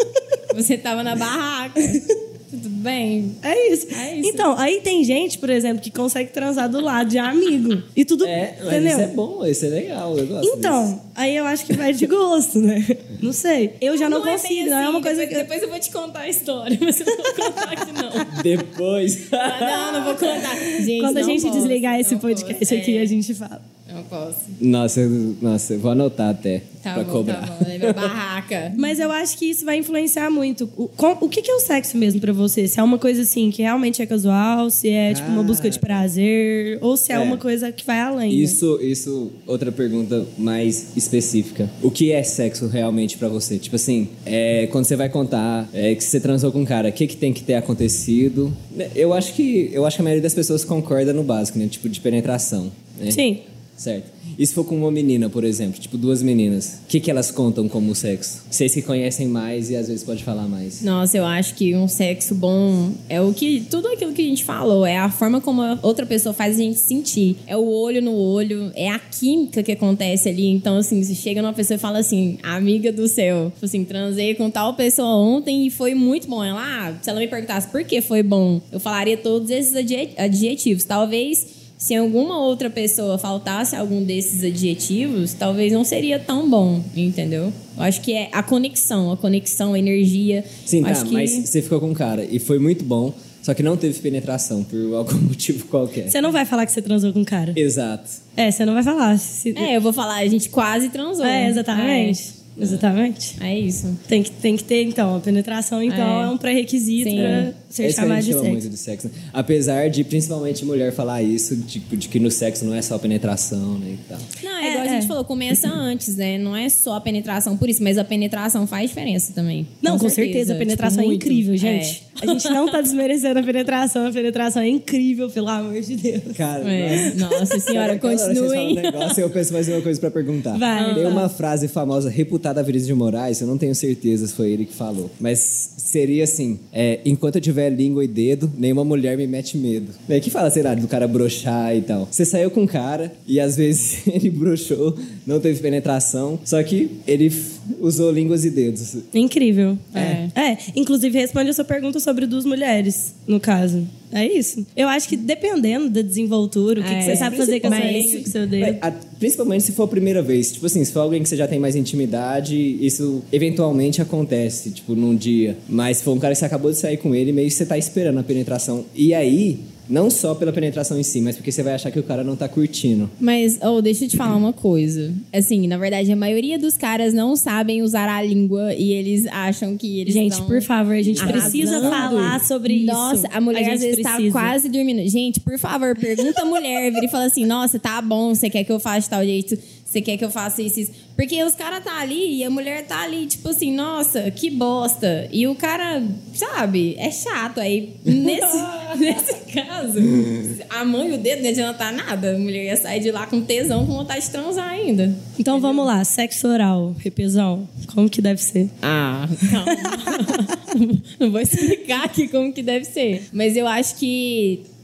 Você tava na barraca. Tudo bem. É isso. É isso. Então, aí tem gente, por exemplo, que consegue transar do lado de amigo. E tudo, É, mas entendeu? isso é bom, isso é legal, eu gosto Então, disso. aí eu acho que vai de gosto, né? Não sei. Eu já não, é consigo, bem não é assim, uma coisa depois, que... depois eu vou te contar a história, mas eu não vou contar aqui, não. Depois... Ah, não, não vou contar. Gente, Quando a não gente posso, desligar esse não podcast posso. aqui, É, a gente fala. Não posso. Nossa, eu, nossa, eu vou anotar até Tá pra bom, cobrar. tá bom. Lembra a barraca. Mas eu acho que isso vai influenciar muito. O, com- o que, que é o sexo mesmo pra você? Se é uma coisa assim que realmente é casual, se é tipo uma busca de prazer, ou se é, É. uma coisa que vai além. né? Isso, isso, outra pergunta mais específica. O que é sexo realmente pra você? Tipo assim, é, quando você vai contar é, que você transou com um cara, o que, que tem que ter acontecido? Eu acho que eu acho que a maioria das pessoas concorda no básico, né? Tipo, de penetração. Né? Sim. Certo. E se for com uma menina, por exemplo, tipo duas meninas, o que, que elas contam como sexo? Vocês que conhecem mais e às vezes pode falar mais. Nossa, eu acho que um sexo bom é o que... Tudo aquilo que a gente falou. É a forma como a outra pessoa faz a gente sentir. É o olho no olho. É a química que acontece ali. Então, assim, se chega numa pessoa e fala assim... Amiga do céu. Tipo assim, transei com tal pessoa ontem e foi muito bom. Ela, ah, se ela me perguntasse por que foi bom, eu falaria todos esses adje- adjetivos. Talvez... Se alguma outra pessoa faltasse algum desses adjetivos, talvez não seria tão bom, entendeu? Eu acho que é a conexão, a conexão, a energia. Sim, Eu tá, acho que... mas você ficou com um cara e foi muito bom, só que não teve penetração por algum motivo qualquer. Você não vai falar que você transou com um cara. Exato. É, você não vai falar. Se- É, eu vou falar, a gente quase transou. É, exatamente. Exatamente. É, é isso. Tem que, tem que ter, então, a penetração, então, É. é, um pré-requisito Sim. pra ser É isso que a chamado gente de chama sexo. muito de sexo, né? Apesar de, principalmente, mulher falar isso, tipo, de que no sexo não é só penetração, né, e tal. Não, é, É, igual a gente é. falou, começa antes, né? Não é só a penetração por isso, mas a penetração faz diferença também. Não, com certeza, a penetração Tipo, é muito. incrível, gente. É. A gente não tá desmerecendo a penetração, a penetração é incrível, pelo amor de Deus. Cara, É. Nossa senhora, Cada hora vocês falam continuem. um negócio, eu penso mais uma coisa pra perguntar. Vai, Tem vai. uma frase famosa reputada a Vinícius de Moraes, eu não tenho certeza se foi ele que falou, mas seria assim: é, enquanto eu tiver língua e dedo, nenhuma mulher me mete medo. É, que fala, sei lá, do cara broxar e tal. Você saiu com um cara e às vezes ele broxou, não teve penetração, só que ele f- usou línguas e dedos. Incrível. É. É, inclusive responde a sua pergunta sobre duas mulheres, no caso. É isso. Eu acho que dependendo da desenvoltura, o que, É. que você sabe fazer com a sua Mas- língua, com o seu dedo. É, a- principalmente se for a primeira vez. Tipo assim, se for alguém que você já tem mais intimidade, isso eventualmente acontece, tipo, num dia. Mas se for um cara que você acabou de sair com ele, meio que você tá esperando a penetração. E aí, não só pela penetração em si, mas porque você vai achar que o cara não tá curtindo. Mas, oh, deixa eu te falar uma coisa. Assim, na verdade, a maioria dos caras não sabem usar a língua e eles acham que eles Gente, estão por favor, a gente arrasando. precisa falar sobre isso. Nossa, a mulher gente às vezes tá precisa. quase dormindo. Gente, por favor, pergunta a mulher, vira e fala assim: nossa, tá bom, você quer que eu faça de tal jeito? Você quer que eu faça isso, isso? Porque os caras tá ali e a mulher tá ali, tipo assim, nossa, que bosta. E o cara, sabe, é chato. Aí, nesse, nesse caso, a mão e o dedo não adianta nada. A mulher ia sair de lá com tesão, com vontade de transar ainda. Então vamos lá, sexo oral, repesão. Como que deve ser? Ah, calma. Não vou explicar aqui como que deve ser. Mas eu acho que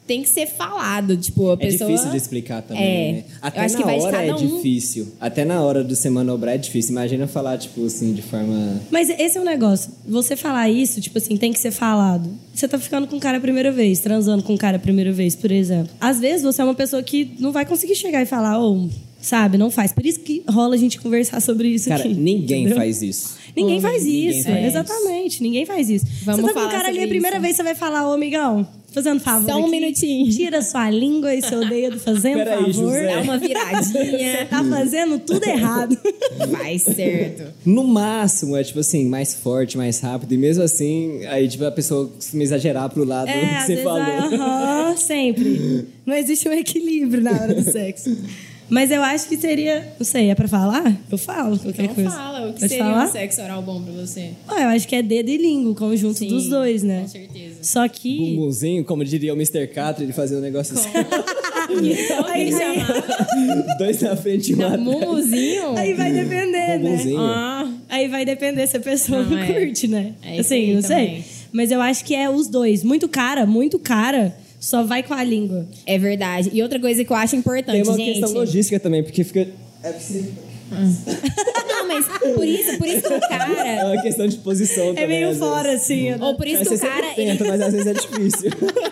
tem que ser falado. Tipo, a É pessoa... difícil de explicar também, É. né? Até Eu acho na que vai de hora cada é um. difícil. Até na hora de você manobrar é difícil. Imagina falar, tipo assim, de forma... Mas esse é o negócio. Você falar isso, tipo assim, tem que ser falado. Você tá ficando com o cara a primeira vez, transando com o cara a primeira vez, por exemplo. Às vezes você é uma pessoa que não vai conseguir chegar e falar, ou, sabe, não faz. Por isso que rola a gente conversar sobre isso Cara, aqui. ninguém entendeu? faz isso. Ninguém faz Ninguém isso, faz exatamente. Ninguém faz isso. Vamos você tá com o falar cara ali a sobre primeira isso. vez, você vai falar, ô amigão, fazendo favor Só um aqui, minutinho. tira sua língua e seu dedo, fazendo Peraí, favor. José. Dá uma Você viradinha. tá fazendo tudo errado. Vai certo. No máximo, é tipo assim, mais forte, mais rápido. E mesmo assim, aí tipo, a pessoa costuma exagerar pro lado É, que às você vezes, falou. aham, sempre. Não existe um equilíbrio na hora do sexo. Mas eu acho que seria... Não sei, é pra falar? Eu falo qualquer Então coisa. fala, o que Pode seria falar? um sexo oral bom pra você? Ah, eu acho que é dedo e língua, o conjunto Sim, dos dois, né? com certeza. Só que... Bumbumzinho, como diria o mister Catra, ele fazia um negócio assim. Então, Aí- ele aí- chamava Dois na frente e um atrás. Mumuzinho. Aí vai depender, né? Bumbumzinho. Ah, Aí vai depender se a pessoa Não, não, é. curte, né? É isso assim, aí não também. sei. Mas eu acho que é os dois. Muito cara, muito cara, só vai com a língua. é verdade. E outra coisa que eu acho importante, Tem uma gente. questão logística também, porque fica... É, possível. Não, mas por isso, por isso que o é cara. uma questão de posição também, É meio às fora, vezes. assim. né? Ou por isso Mas que o você cara. sempre Ele, tenta, mas às vezes é difícil.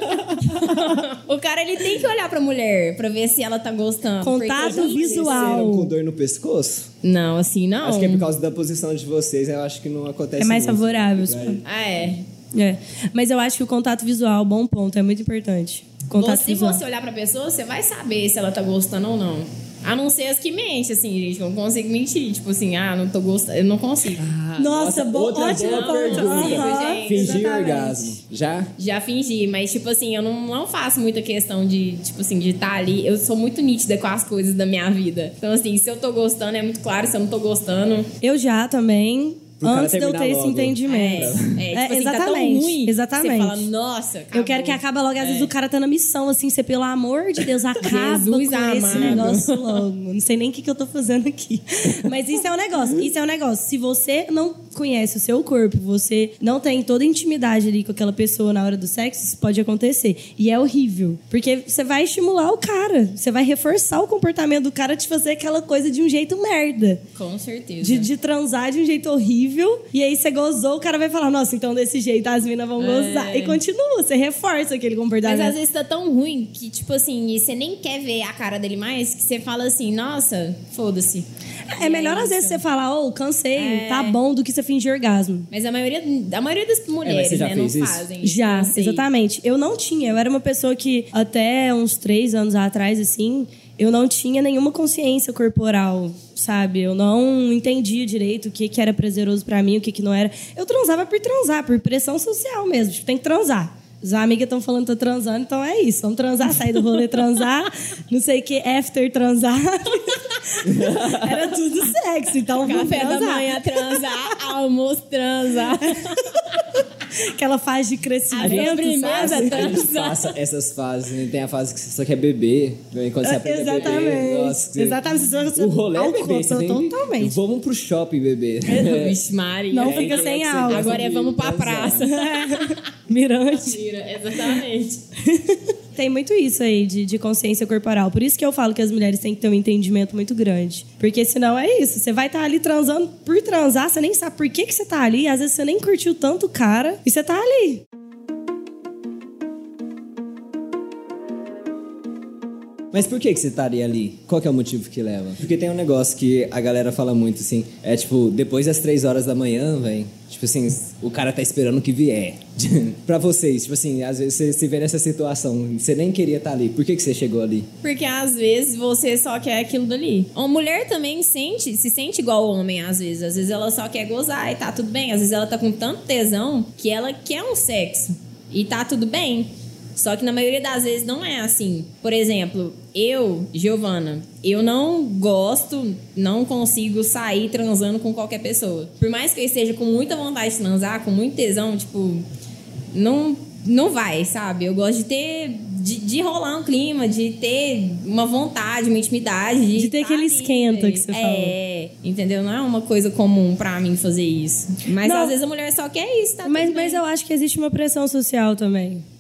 o cara ele tem que olhar pra mulher pra ver se ela tá gostando. Contato porque- visual. Vocês com dor no pescoço? Não, assim não. Acho que é por causa da posição de vocês, eu acho que não acontece É mais muito. favorável. Right. Ah, é. É. Mas eu acho que o contato visual, bom ponto, é muito importante. Contato Se visual. você olhar pra pessoa, você vai saber se ela tá gostando ou não. A não ser as que mentem, assim, gente. Eu não consigo mentir. Tipo assim, ah, não tô gostando. Eu não consigo. Nossa, bo- outra ótimo boa ponto. pergunta. Aham, gente. Fingir exatamente. orgasmo. Já? Já fingi, mas, tipo assim, eu não, não faço muita questão de, tipo assim, de estar ali. Eu sou muito nítida com as coisas da minha vida. Então, assim, se eu tô gostando, é muito claro. Se eu não tô gostando... Eu já também, Pro cara antes de eu terminar ter esse logo. entendimento. É, é, tipo assim, tá tão exatamente. ruim que exatamente. você fala, nossa, Eu quero que acabou. acabe logo. Às vezes É. o cara tá na missão, assim, você, pelo amor de Deus, acaba Jesus com esse amado. negócio logo. Não sei nem o que, que eu tô fazendo aqui. Mas isso é um negócio. Isso é um negócio. Se você não conhece o seu corpo, você não tem toda a intimidade ali com aquela pessoa na hora do sexo, isso pode acontecer. E é horrível. Porque você vai estimular o cara. Você vai reforçar o comportamento do cara de fazer aquela coisa de um jeito merda. Com certeza. De, de transar de um jeito horrível. E aí você gozou, o cara vai falar, nossa, então desse jeito as minas vão É. gozar. E continua, você reforça aquele comportamento. Mas às vezes tá tão ruim que, tipo assim, e você nem quer ver a cara dele mais, que você fala assim, nossa, foda-se. É melhor é às vezes isso. você falar, ô, cansei, É. tá bom, do que você fingir orgasmo. Mas a maioria, a maioria das mulheres, você já né, não fez isso? fazem. Já, Não sei. exatamente. Eu não tinha, eu era uma pessoa que até uns três anos atrás, assim, eu não tinha nenhuma consciência corporal, sabe? Eu não entendia direito o que, que era prazeroso pra mim, o que, que não era. Eu transava por transar, por pressão social mesmo. Tipo, tem que transar. As amigas estão falando que tô transando, então é isso. Vamos transar, sair do rolê, transar. Não sei o que, after transar. Era tudo sexo, então vamos Café da transar. manhã transar, almoço transar. Aquela fase de A crescimento, sobremesa sabe? A gente transar. passa essas fases, né? Tem a fase que você só quer beber. Quando você aprende a beber, Exatamente. nossa, você- Exatamente. Você- O rolê é álcool, beber. Você tem... totalmente. Vamos pro shopping beber. Vixe, Maria. Não É, fica então, sem você álcool. gosta Agora é de vamos pra transar. praça. Mirante. Mentira, exatamente. Tem muito isso aí de, de consciência corporal. Por isso que eu falo que as mulheres têm que ter um entendimento muito grande. Porque senão é isso. Você vai estar ali transando por transar, você nem sabe por que, que você tá ali. Às vezes você nem curtiu tanto o cara e você tá ali. Mas por que, que você estaria ali? Qual que é o motivo que leva? Porque tem um negócio que a galera fala muito, assim, é tipo, depois das três horas da manhã, velho, tipo assim, o cara tá esperando que vier. Pra vocês, tipo assim, às vezes você se vê nessa situação, você nem queria estar ali. Por que, que você chegou ali? Porque às vezes você só quer aquilo dali. Uma mulher também sente, se sente igual o homem, às vezes. Às vezes ela só quer gozar e tá tudo bem. Às vezes ela tá com tanto tesão que ela quer um sexo. E tá tudo bem. Só que na maioria das vezes não é assim. Por exemplo, eu, Giovana, eu não gosto, não consigo sair transando com qualquer pessoa. Por mais que eu esteja com muita vontade de transar, com muito tesão, tipo, não, não vai, sabe? Eu gosto de ter, de, de rolar um clima, de ter uma vontade, uma intimidade. De, De ter tá aquele ali, esquenta velho. que você é, falou. É, entendeu? Não é uma coisa comum pra mim fazer isso. Mas Não. às vezes a mulher só quer isso, tá Mas, tudo mas bem. eu acho que existe uma pressão social também.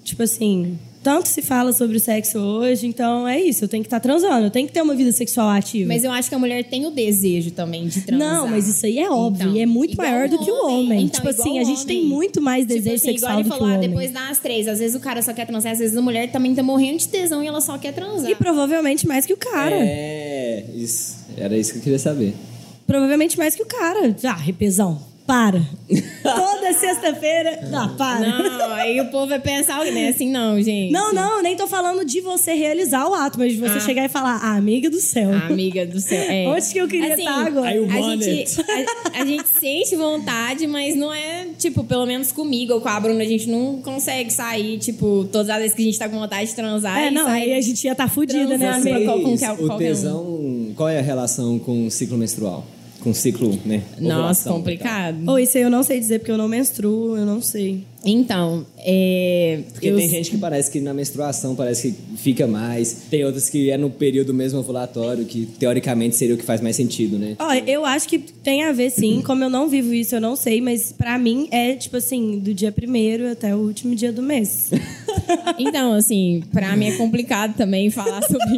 tipo assim, tanto se fala sobre o sexo hoje, então é isso, eu tenho que estar transando, eu tenho que ter uma vida sexual ativa. Mas eu acho que a mulher tem o desejo também de transar. Não, mas isso aí é óbvio, então, e é muito maior do que o homem. Então, tipo assim, a gente homem. tem muito mais tipo desejo assim, sexual igual ele do falou, que o ah, homem. depois das três, às vezes o cara só quer transar, às vezes a mulher também tá morrendo de tesão e ela só quer transar. E provavelmente mais que o cara. É, isso. Era isso que eu queria saber. Provavelmente mais que o cara. Ah, repesão. Para. Toda sexta-feira. Não, para. Não, aí o povo vai pensar, não é assim não, gente. Não, não, nem tô falando de você realizar o ato, mas de você Ah. chegar e falar, ah, amiga do céu. Ah, amiga do céu. É. Onde que eu queria Assim, estar agora? I A want gente, a, a gente sente vontade, mas não é, tipo, pelo menos comigo ou com a Bruna, a gente não consegue sair, tipo, todas as vezes que a gente tá com vontade de transar. É, e não, sair aí a gente ia estar tá fudida, né, transando. amiga? Qual- com Vocês, qual- o qualquer um. tesão, qual é a relação com o ciclo menstrual? Com o ciclo, né? Nossa, ovulação, complicado. Ou isso aí eu não sei dizer, porque eu não menstruo, eu não sei. Então, é... Porque eu- tem gente que parece que na menstruação parece que fica mais. Tem outras que é no período mesmo ovulatório, que teoricamente seria o que faz mais sentido, né? Ó, eu acho que tem a ver, sim. Como eu não vivo isso, eu não sei. Mas pra mim é, tipo assim, do dia primeiro até o último dia do mês. Então, assim, pra mim é complicado também falar sobre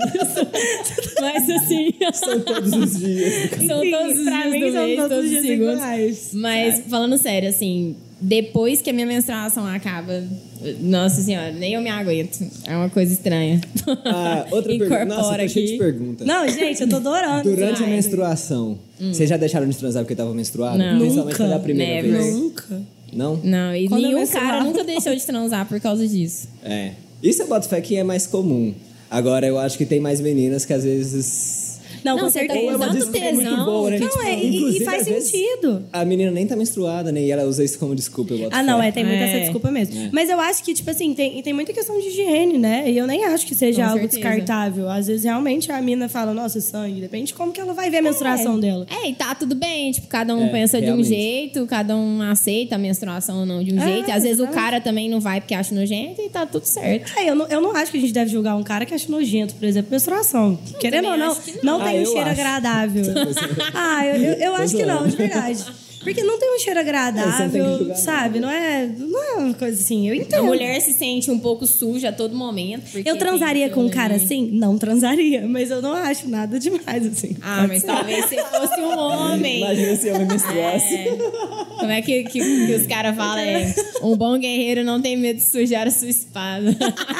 isso. Mas, assim... São todos os dias. São Enfim, todos os pra dias mim do são mês, todos todos os os dias segundos. iguais. Mas, falando sério, assim, depois que a minha menstruação acaba... Nossa senhora, nem eu me aguento. É uma coisa estranha. Ah, outra pergunta. Nossa, Incorpora tô cheio de aqui. perguntas. Não, gente, eu tô adorando. Durante a Ai, menstruação, vocês já deixaram de transar porque tava menstruado? Não. Principalmente Nunca. quando é a primeira Never. vez. Nunca. Não? Não, e Quando eu nenhum menstruava. cara nunca deixou de transar por causa disso. É. Isso eu boto fé que é mais comum. Agora, eu acho que tem mais meninas que às vezes... Não, Não, com você tá certeza. com tanto desculpa muito tesão boa, né? que, Não, Tipo, é, e- e inclusive, faz às vezes, sentido. A menina nem tá menstruada, né? E ela usa isso como desculpa, eu boto Ah, não, fé. é, tem muita É. essa desculpa mesmo. É. Mas eu acho que, tipo assim, tem, tem muita questão de higiene, né? E eu nem acho que seja Com algo certeza. descartável. Às vezes, realmente, a mina fala, nossa, sangue. Depende de como que ela vai ver a menstruação dela. É, e tá tudo bem. Tipo, cada um É, pensa realmente. de um jeito, cada um aceita a menstruação ou não de um É, jeito. Às vezes o exatamente. cara também não vai porque acha nojento e tá tudo certo. É, eu, não, eu não acho que a gente deve julgar um cara que acha nojento, por exemplo, menstruação. Querendo ou também não, acho que não, não. tem Ah, um eu cheiro acho. agradável. ah, eu, eu, eu acho que não, de verdade. Porque não tem um cheiro É, você não tem que agradável, julgar sabe? Não é, não é uma coisa assim, eu A entendo. mulher se sente um pouco suja a todo momento. porque Eu transaria tem com um aquilo cara ali. assim? Não transaria, mas eu não acho nada demais, assim. Ah, mas talvez se fosse um homem. Imagina se eu menstruasse. É. Como é que, que, que os caras falam? É, um bom guerreiro não tem medo de sujar a sua espada.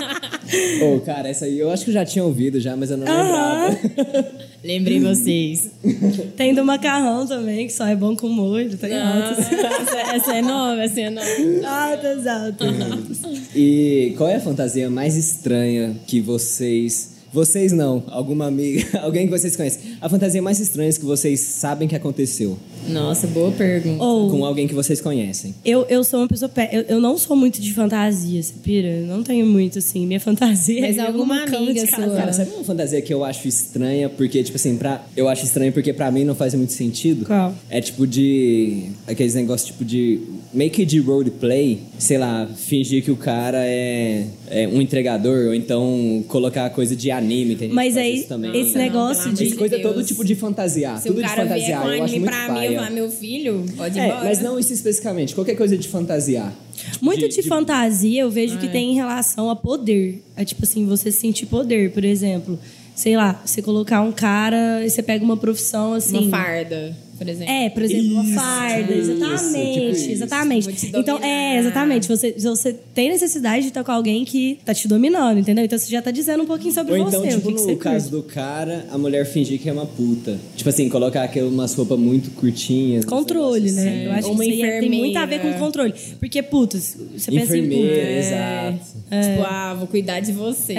Ô, cara, essa aí eu acho que eu já tinha ouvido já, mas eu não lembrava. Lembrei vocês. Tem do macarrão também, que só é bom com molho, tem Nossa, altas. essa, essa é nova, essa é nova. Altas, altas. E qual é a fantasia mais estranha que vocês... Vocês não, alguma amiga, alguém que vocês conhecem. A fantasia mais estranha que vocês sabem que aconteceu Nossa, boa pergunta. Ou, com alguém que vocês conhecem. eu, eu sou uma pessoa... pé- Eu, eu não sou muito de fantasia, você pira? Eu não tenho muito, assim. Minha fantasia Mas é eu alguma numa cama amiga de casal. sua? Cara, sabe uma fantasia que eu acho estranha? Porque, tipo assim, pra, eu acho estranho porque pra mim não faz muito sentido. Qual? É tipo de... Aqueles negócios tipo de... Meio que de roleplay. Sei lá, fingir que o cara é, é um entregador. Ou então colocar coisa de anime. Tem gente Mas que faz aí, isso também. esse Não, negócio pelo de... amor Essa coisa é Deus. todo tipo de fantasiar. Se tudo o de cara vier fantasiar. com Eu acho anime muito pra mim, eu paia. falar, meu filho, pode ir É, embora. mas não isso especificamente. Qualquer coisa de fantasiar. Tipo, Muito de, fantasia eu vejo que Ah, é. tem em relação a poder. É tipo assim, você sentir poder, por exemplo. Sei lá, você colocar um cara e você pega uma profissão assim. Uma farda, por exemplo. É, por exemplo, uma Isso, farda, isso, exatamente, tipo isso. exatamente. Vou te Então, dominar. é, exatamente. Você, você tem necessidade de estar com alguém que tá te dominando, entendeu? Então você já tá dizendo um pouquinho sobre Ou você. então, o tipo, que que no você caso curte. do cara, a mulher fingir que é uma puta. Tipo assim, colocar aquelas umas roupas muito curtinhas. uns Controle, negócios né? assim. Eu acho Uma que isso aí é- tem muito a ver com enfermeira. controle. Porque, putz, você pensa em Enfermeira, puta. exato. Tipo, ah, vou cuidar de você.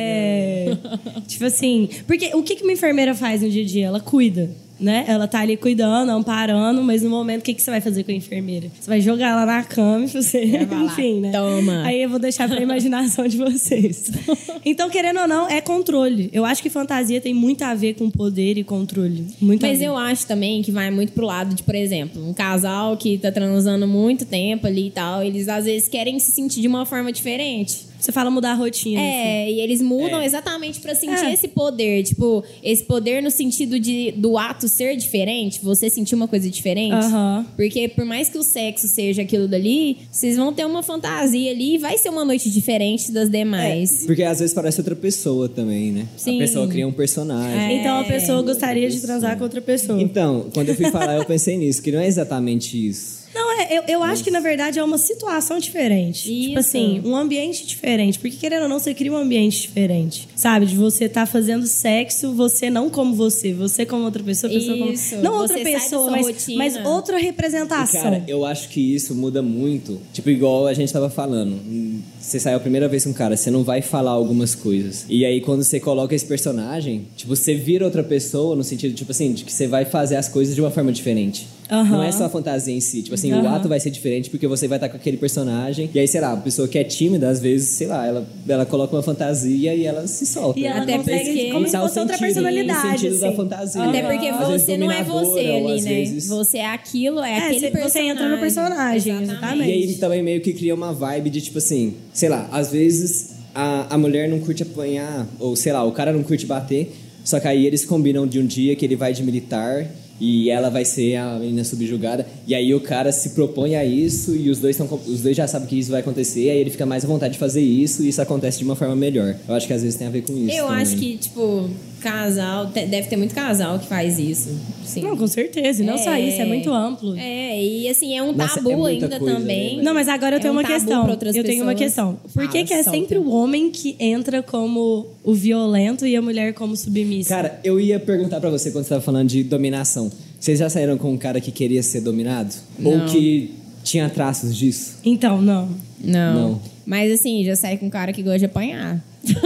É. Tipo assim. Porque o que que uma enfermeira faz no dia a dia? Ela cuida. Né? Ela tá ali cuidando, amparando, mas no momento, o que, que você vai fazer com a enfermeira? Você vai jogar ela na cama e você. Vai lá, Enfim, né? toma. Aí eu vou deixar pra imaginação de vocês. Então, querendo ou não, é controle. Eu acho que fantasia tem muito a ver com poder e controle. Muito a Mas ver. eu acho também que vai muito pro lado de, por exemplo, um casal que tá transando muito tempo ali e tal, eles às vezes querem se sentir de uma forma diferente. Você fala mudar a rotina. É, assim. e eles mudam É. exatamente pra sentir É. esse poder. Tipo, esse poder no sentido de, do ato ser diferente, você sentir uma coisa diferente. Aham. Porque por mais que o sexo seja aquilo dali, vocês vão ter uma fantasia ali e vai ser uma noite diferente das demais. Porque às vezes parece outra pessoa também, né? Sim. A pessoa cria um personagem. Então a É. pessoa gostaria de transar com outra pessoa. Então, quando eu fui falar, eu pensei nisso, que não é exatamente isso. Não, é, eu, eu acho que na verdade é uma situação diferente. Isso. Tipo assim, um ambiente diferente. Porque querendo ou não, você cria um ambiente diferente. Sabe? De você estar fazendo sexo, você não como você, você como outra pessoa, pessoa Isso. como. Não Você outra sai da pessoa, sua mas, rotina. mas outra representação. E, cara, eu acho que isso muda muito. Tipo, igual a gente tava falando. Hum, Você saiu a primeira vez com um cara, você não vai falar algumas coisas. E aí, quando você coloca esse personagem, tipo, você vira outra pessoa no sentido, tipo assim, de que você vai fazer as coisas de uma forma diferente. Aham. Não é só a fantasia em si. Tipo assim, o Aham. ato vai ser diferente porque você vai estar com aquele personagem. E aí, sei lá, a pessoa que é tímida, às vezes, sei lá, ela, ela coloca uma fantasia e ela se solta. E ela Até consegue, porque- como se Dá o fosse outra sentido, personalidade. O sentido da assim. fantasia. Até Aham. porque Às vezes você não é dominadora, você ou ali, às né? vezes- Você é aquilo, é, É, aquele você- você personagem. entra no personagem, exatamente. E aí também meio que cria uma vibe de tipo assim, sei lá, às vezes a, a mulher não curte apanhar, ou sei lá, o cara não curte bater, só que aí eles combinam de um dia que ele vai de militar e ela vai ser a menina subjugada, e aí o cara se propõe a isso e os dois, tão, os dois já sabem que isso vai acontecer, aí ele fica mais à vontade de fazer isso e isso acontece de uma forma melhor. Eu acho que às vezes tem a ver com isso. Eu também. acho que, tipo, casal, te- deve ter muito casal que faz isso. Sim. Não, com certeza. E não só isso, é muito amplo. É, e assim, é um Nossa, tabu é muita ainda coisa, também. né? Não, mas agora eu É tenho um uma tabu questão. pra outras Eu tenho uma pessoas. questão. Por que, Fala, que é solta. sempre o homem que entra como o violento e a mulher como submissa? Cara, eu ia perguntar pra você quando você tava falando de dominação. Vocês já saíram com um cara que queria ser dominado? Ou Não. que tinha traços disso? Então, não. Não. Não. Mas assim, já saí com um cara que gosta de apanhar.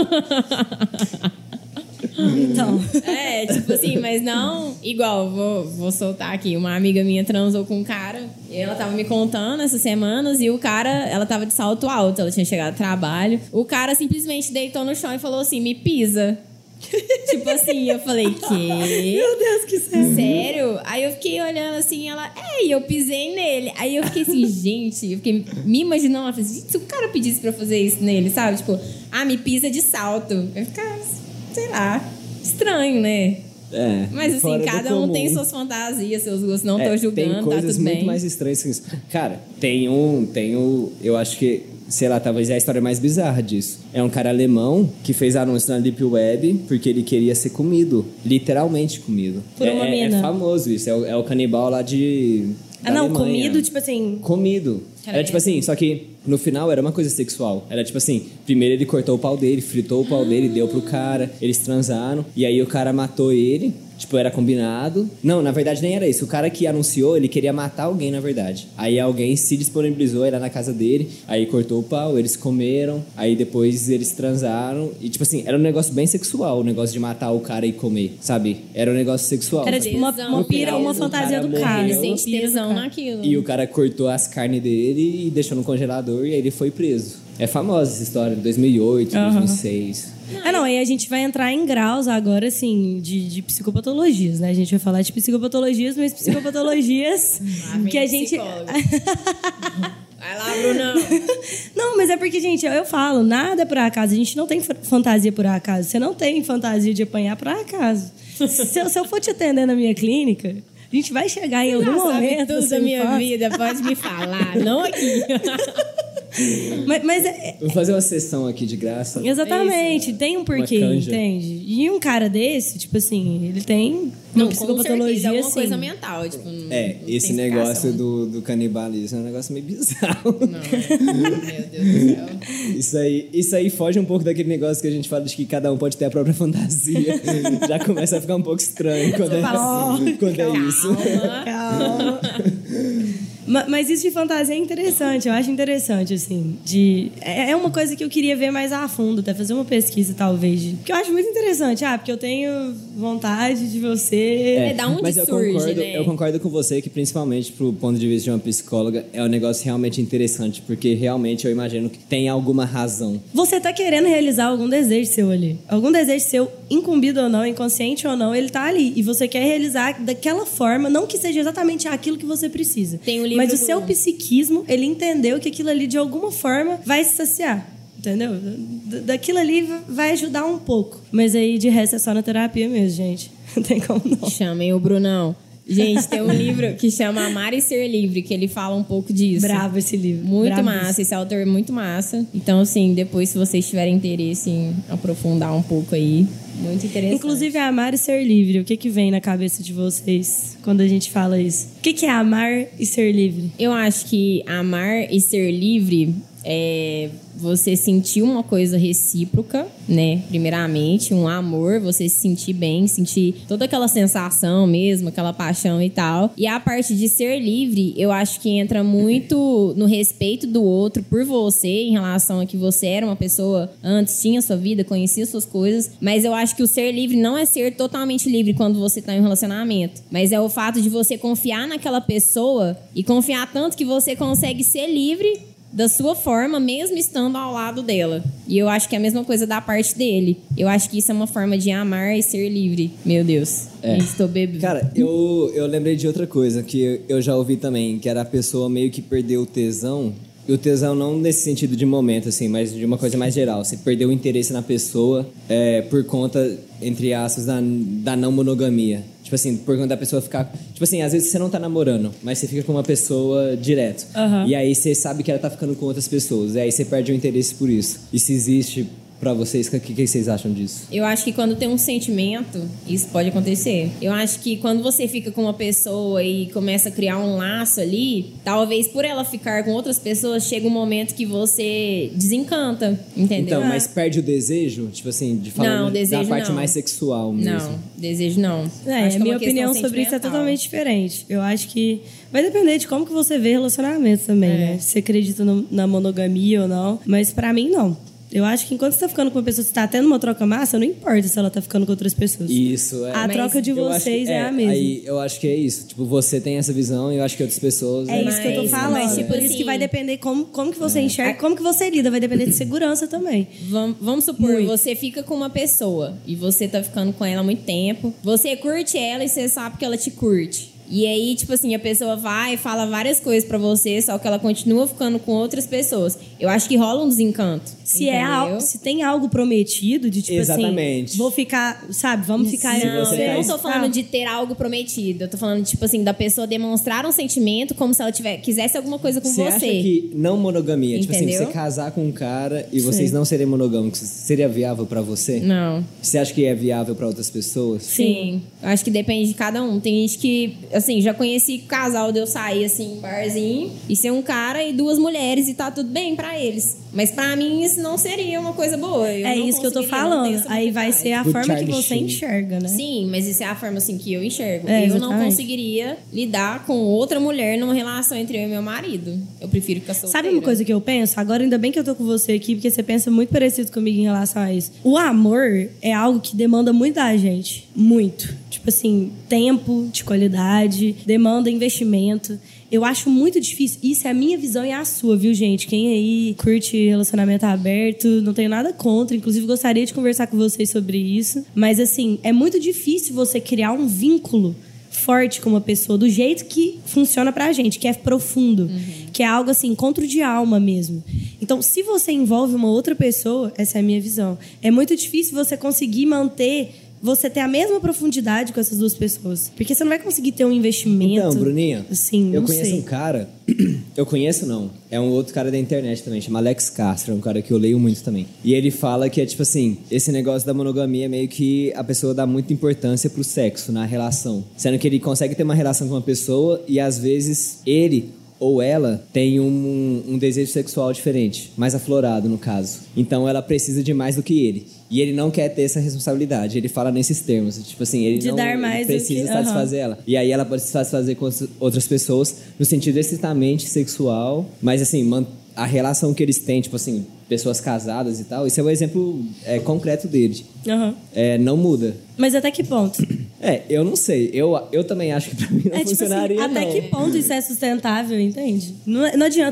Então. É, tipo assim, mas não igual, vou, vou soltar aqui. Uma amiga minha transou com um cara e ela tava me contando essas semanas e o cara, ela tava de salto alto, ela tinha chegado do trabalho. O cara simplesmente deitou no chão e falou assim: me pisa. Tipo assim, eu falei, que? Meu Deus, que sério. Sério? Aí eu fiquei olhando assim, ela, é, e eu pisei nele. Aí eu fiquei assim, gente, eu fiquei me imaginando, ela falei assim, gente, se o cara pedisse pra fazer isso nele, sabe? Tipo, ah, me pisa de salto. Eu ia ficar, sei lá, estranho, né? É. Mas assim, fora do cada um comum. tem suas fantasias, seus gostos, não É, tô julgando, tem tá coisas tudo muito bem. mais estranhas que isso. Cara, tem um, tem um, eu acho que, sei lá, talvez é a história mais bizarra disso. É um cara alemão que fez anúncio na Deep Web porque ele queria ser comido, literalmente comido. Por é, uma é- mina. É famoso isso, é o, é o canibal lá de Ah, da não, Alemanha. comido, tipo assim. Comido. Era tipo assim, só que no final era uma coisa sexual. Era tipo assim, primeiro ele cortou o pau dele, fritou o pau dele, deu pro cara, eles transaram, e aí o cara matou ele, tipo, era combinado. Não, na verdade nem era isso. O cara que anunciou, ele queria matar alguém, na verdade. Aí alguém se disponibilizou, ir lá na casa dele, aí cortou o pau, eles comeram, aí depois eles transaram, e tipo assim, era um negócio bem sexual, o negócio de matar o cara e comer, sabe? Era um negócio sexual. Era tipo uma, uma pira, uma O cara fantasia do morreu. cara. Ele uma sente pira do tesão cara. naquilo. E o cara cortou as carnes dele e deixou no congelador e aí ele foi preso. É famosa essa história, dois mil e oito, dois mil e seis. Ah, não, aí a gente vai entrar em graus agora, assim, de, de psicopatologias, né? A gente vai falar de psicopatologias, mas psicopatologias Lá vem que a gente... psicólogo. Vai lá, Brunão. Não, mas é porque, gente, eu, eu falo, nada é por acaso. A gente não tem fa- fantasia por acaso. Você não tem fantasia de apanhar por acaso. Se eu, se eu for te atender na minha clínica, a gente vai chegar em algum Já sabe momento tudo sua da minha infância. vida, pode me falar, não aqui. Mas, mas é, Vou fazer uma sessão aqui de graça. exatamente, tem um porquê, Uma canja. entende? E um cara desse, tipo assim, ele tem uma Não, com certeza, psicopatologia, é uma assim. coisa mental, tipo, não, É, não esse tem negócio explicação. do, do canibalismo é um negócio meio bizarro. Não, meu Deus do céu. Isso aí, isso aí foge um pouco daquele negócio que a gente fala de que cada um pode ter a própria fantasia. Já começa a ficar um pouco estranho quando é, fala, assim, quando é isso. Calma. Ma- Mas isso de fantasia é interessante, eu acho interessante, assim. De... É é uma coisa que eu queria ver mais a fundo, até fazer uma pesquisa, talvez. De... Porque eu acho muito interessante. Ah, porque eu tenho vontade de você. É, da onde mas eu surge, concordo, né? eu concordo com você que, principalmente pro ponto de vista de uma psicóloga, é um negócio realmente interessante, porque realmente eu imagino que tem alguma razão. Você tá querendo realizar algum desejo seu ali. Algum desejo seu, incumbido ou não, inconsciente ou não, ele tá ali. E você quer realizar daquela forma, não que seja exatamente aquilo que você precisa. Tem o livro mas o do- seu psiquismo, ele entendeu que aquilo ali, de alguma forma, vai se saciar. entendeu? D- daquilo ali vai ajudar um pouco. Mas aí, de resto, é só na terapia mesmo, gente. Não tem como não. Chamem o Brunão. Gente, tem um livro que chama Amar e Ser Livre, que ele fala um pouco disso. Bravo esse livro. Muito Bravo massa, isso. esse autor é muito massa. Então, assim, depois, se vocês tiverem interesse em aprofundar um pouco aí, muito interessante. Inclusive, amar e ser livre. O que, que vem na cabeça de vocês quando a gente fala isso? O que, que é amar e ser livre? Eu acho que amar e ser livre é você sentir uma coisa recíproca, né? Primeiramente, um amor, você se sentir bem, sentir toda aquela sensação mesmo, aquela paixão e tal. E a parte de ser livre, eu acho que entra muito no respeito do outro por você, em relação a que você era uma pessoa antes, tinha sua vida, conhecia suas coisas. Mas eu acho que o ser livre não é ser totalmente livre quando você tá em um relacionamento. Mas é o fato de você confiar naquela pessoa e confiar tanto que você consegue ser livre da sua forma, mesmo estando ao lado dela. E eu acho que é a mesma coisa da parte dele. Eu acho que isso é uma forma de amar e ser livre. Meu Deus. É. Estou bebendo. Cara, eu, eu lembrei de outra coisa que eu já ouvi também, que era a pessoa meio que perdeu o tesão. E o tesão não nesse sentido de momento, assim, mas de uma coisa mais geral. Você perdeu o interesse na pessoa é, por conta, entre aspas, da, da não monogamia. Tipo assim, por conta da pessoa ficar... Tipo assim, às vezes você não tá namorando, mas você fica com uma pessoa direto. Uhum. E aí você sabe que ela tá ficando com outras pessoas. E aí você perde o interesse por isso. E se existe... Pra vocês, o que, que vocês acham disso? Eu acho que quando tem um sentimento, isso pode acontecer. Eu acho que quando você fica com uma pessoa e começa a criar um laço ali, talvez por ela ficar com outras pessoas, chega um momento que você desencanta, entendeu? Então, mas perde o desejo? Tipo assim, de falar Não, da desejo parte não. mais sexual mesmo. Não, desejo não. É, Acho que a minha uma questão opinião sobre isso é sentimental. totalmente diferente. Eu acho que vai depender de como que você vê relacionamento também, É. né? Se você acredita no- na monogamia ou não. Mas pra mim, não. Eu acho que enquanto você tá ficando com uma pessoa, você tá tendo uma troca massa, não importa se ela tá ficando com outras pessoas. Isso, é. A Mas troca de Eu acho vocês que- é, a mesma. Aí eu acho que é isso. Tipo, você tem essa visão e eu acho que outras pessoas... É né? isso que eu tô Mas- falando. mas, tipo Por isso assim- que vai depender como, como que você enxerga, como que você lida. Vai depender de segurança também. Vamos, vamos supor, Muito. você fica com uma pessoa e você tá ficando com ela há muito tempo. Você curte ela e você sabe que ela te curte. E aí, tipo assim, a pessoa vai e fala várias coisas pra você, só que ela continua ficando com outras pessoas. Eu acho que rola um desencanto. Se, é entendeu? algo, se tem algo prometido, de tipo Exatamente. assim, vou ficar, sabe, vamos ficar... Se Não, você eu tá não es- tô falando de ter algo prometido. Eu tô falando, tipo assim, da pessoa demonstrar um sentimento como se ela tiver, quisesse alguma coisa com Você você. acha que não monogamia, tipo assim, Entendeu? você casar com um cara e vocês não serem monogâmicos, seria viável pra você? Não. Você acha que é viável pra outras pessoas? Sim. Eu acho que depende de cada um. Tem gente que, assim, já conheci casal de eu sair, assim, em barzinho, e ser um cara e duas mulheres e tá tudo bem pra eles. Mas pra mim isso não seria uma coisa boa. Eu É não isso que eu tô conseguiria, não tenho falando. essa Aí vai vontade. ser a Tipo forma que Charlie você Sheen. enxerga, né? Sim, mas isso é a forma assim que eu enxergo. É, eu não exatamente. conseguiria lidar com outra mulher numa relação entre eu e meu marido. Eu prefiro ficar solteira. Sabe uma coisa que eu penso? Agora, ainda bem que eu tô com você aqui, porque você pensa muito parecido comigo em relação a isso. O amor é algo que demanda muito da gente. Muito. Tipo assim, tempo de qualidade, demanda investimento. Eu acho muito difícil. Isso é a minha visão e a sua, viu, gente? Quem aí curte relacionamento aberto, não tenho nada contra. Inclusive, gostaria de conversar com vocês sobre isso. Mas, assim, é muito difícil você criar um vínculo forte com uma pessoa, do jeito que funciona pra gente, que é profundo, uhum. que é algo assim, encontro de alma mesmo. Então, se você envolve uma outra pessoa, essa é a minha visão, é muito difícil você conseguir manter, você ter a mesma profundidade com essas duas pessoas. Porque você não vai conseguir ter um investimento. Então, Bruninha, assim, eu não conheço sei. um cara... Eu conheço, não. É um outro cara da internet também, chama Alex Castro. É um cara que eu leio muito também. E ele fala que é tipo assim, esse negócio da monogamia é meio que a pessoa dá muita importância pro sexo na relação. Sendo que ele consegue ter uma relação com uma pessoa e às vezes ele... ou ela tem um, um desejo sexual diferente, mais aflorado no caso. Então ela precisa de mais do que ele. E ele não quer ter essa responsabilidade. Ele fala nesses termos. Tipo assim, ele De não dar mais do precisa que- satisfazer ela. E aí ela pode se satisfazer com as outras pessoas no sentido estritamente sexual. Mas assim, man- a relação que eles têm, tipo assim, pessoas casadas e tal, isso é um exemplo é, concreto dele. Uhum. É, não muda. Mas até que ponto? É, eu não sei. Eu, eu também acho que pra mim não é tipo assim, funcionaria, até não. que ponto isso é sustentável, entende? Não, não adianta.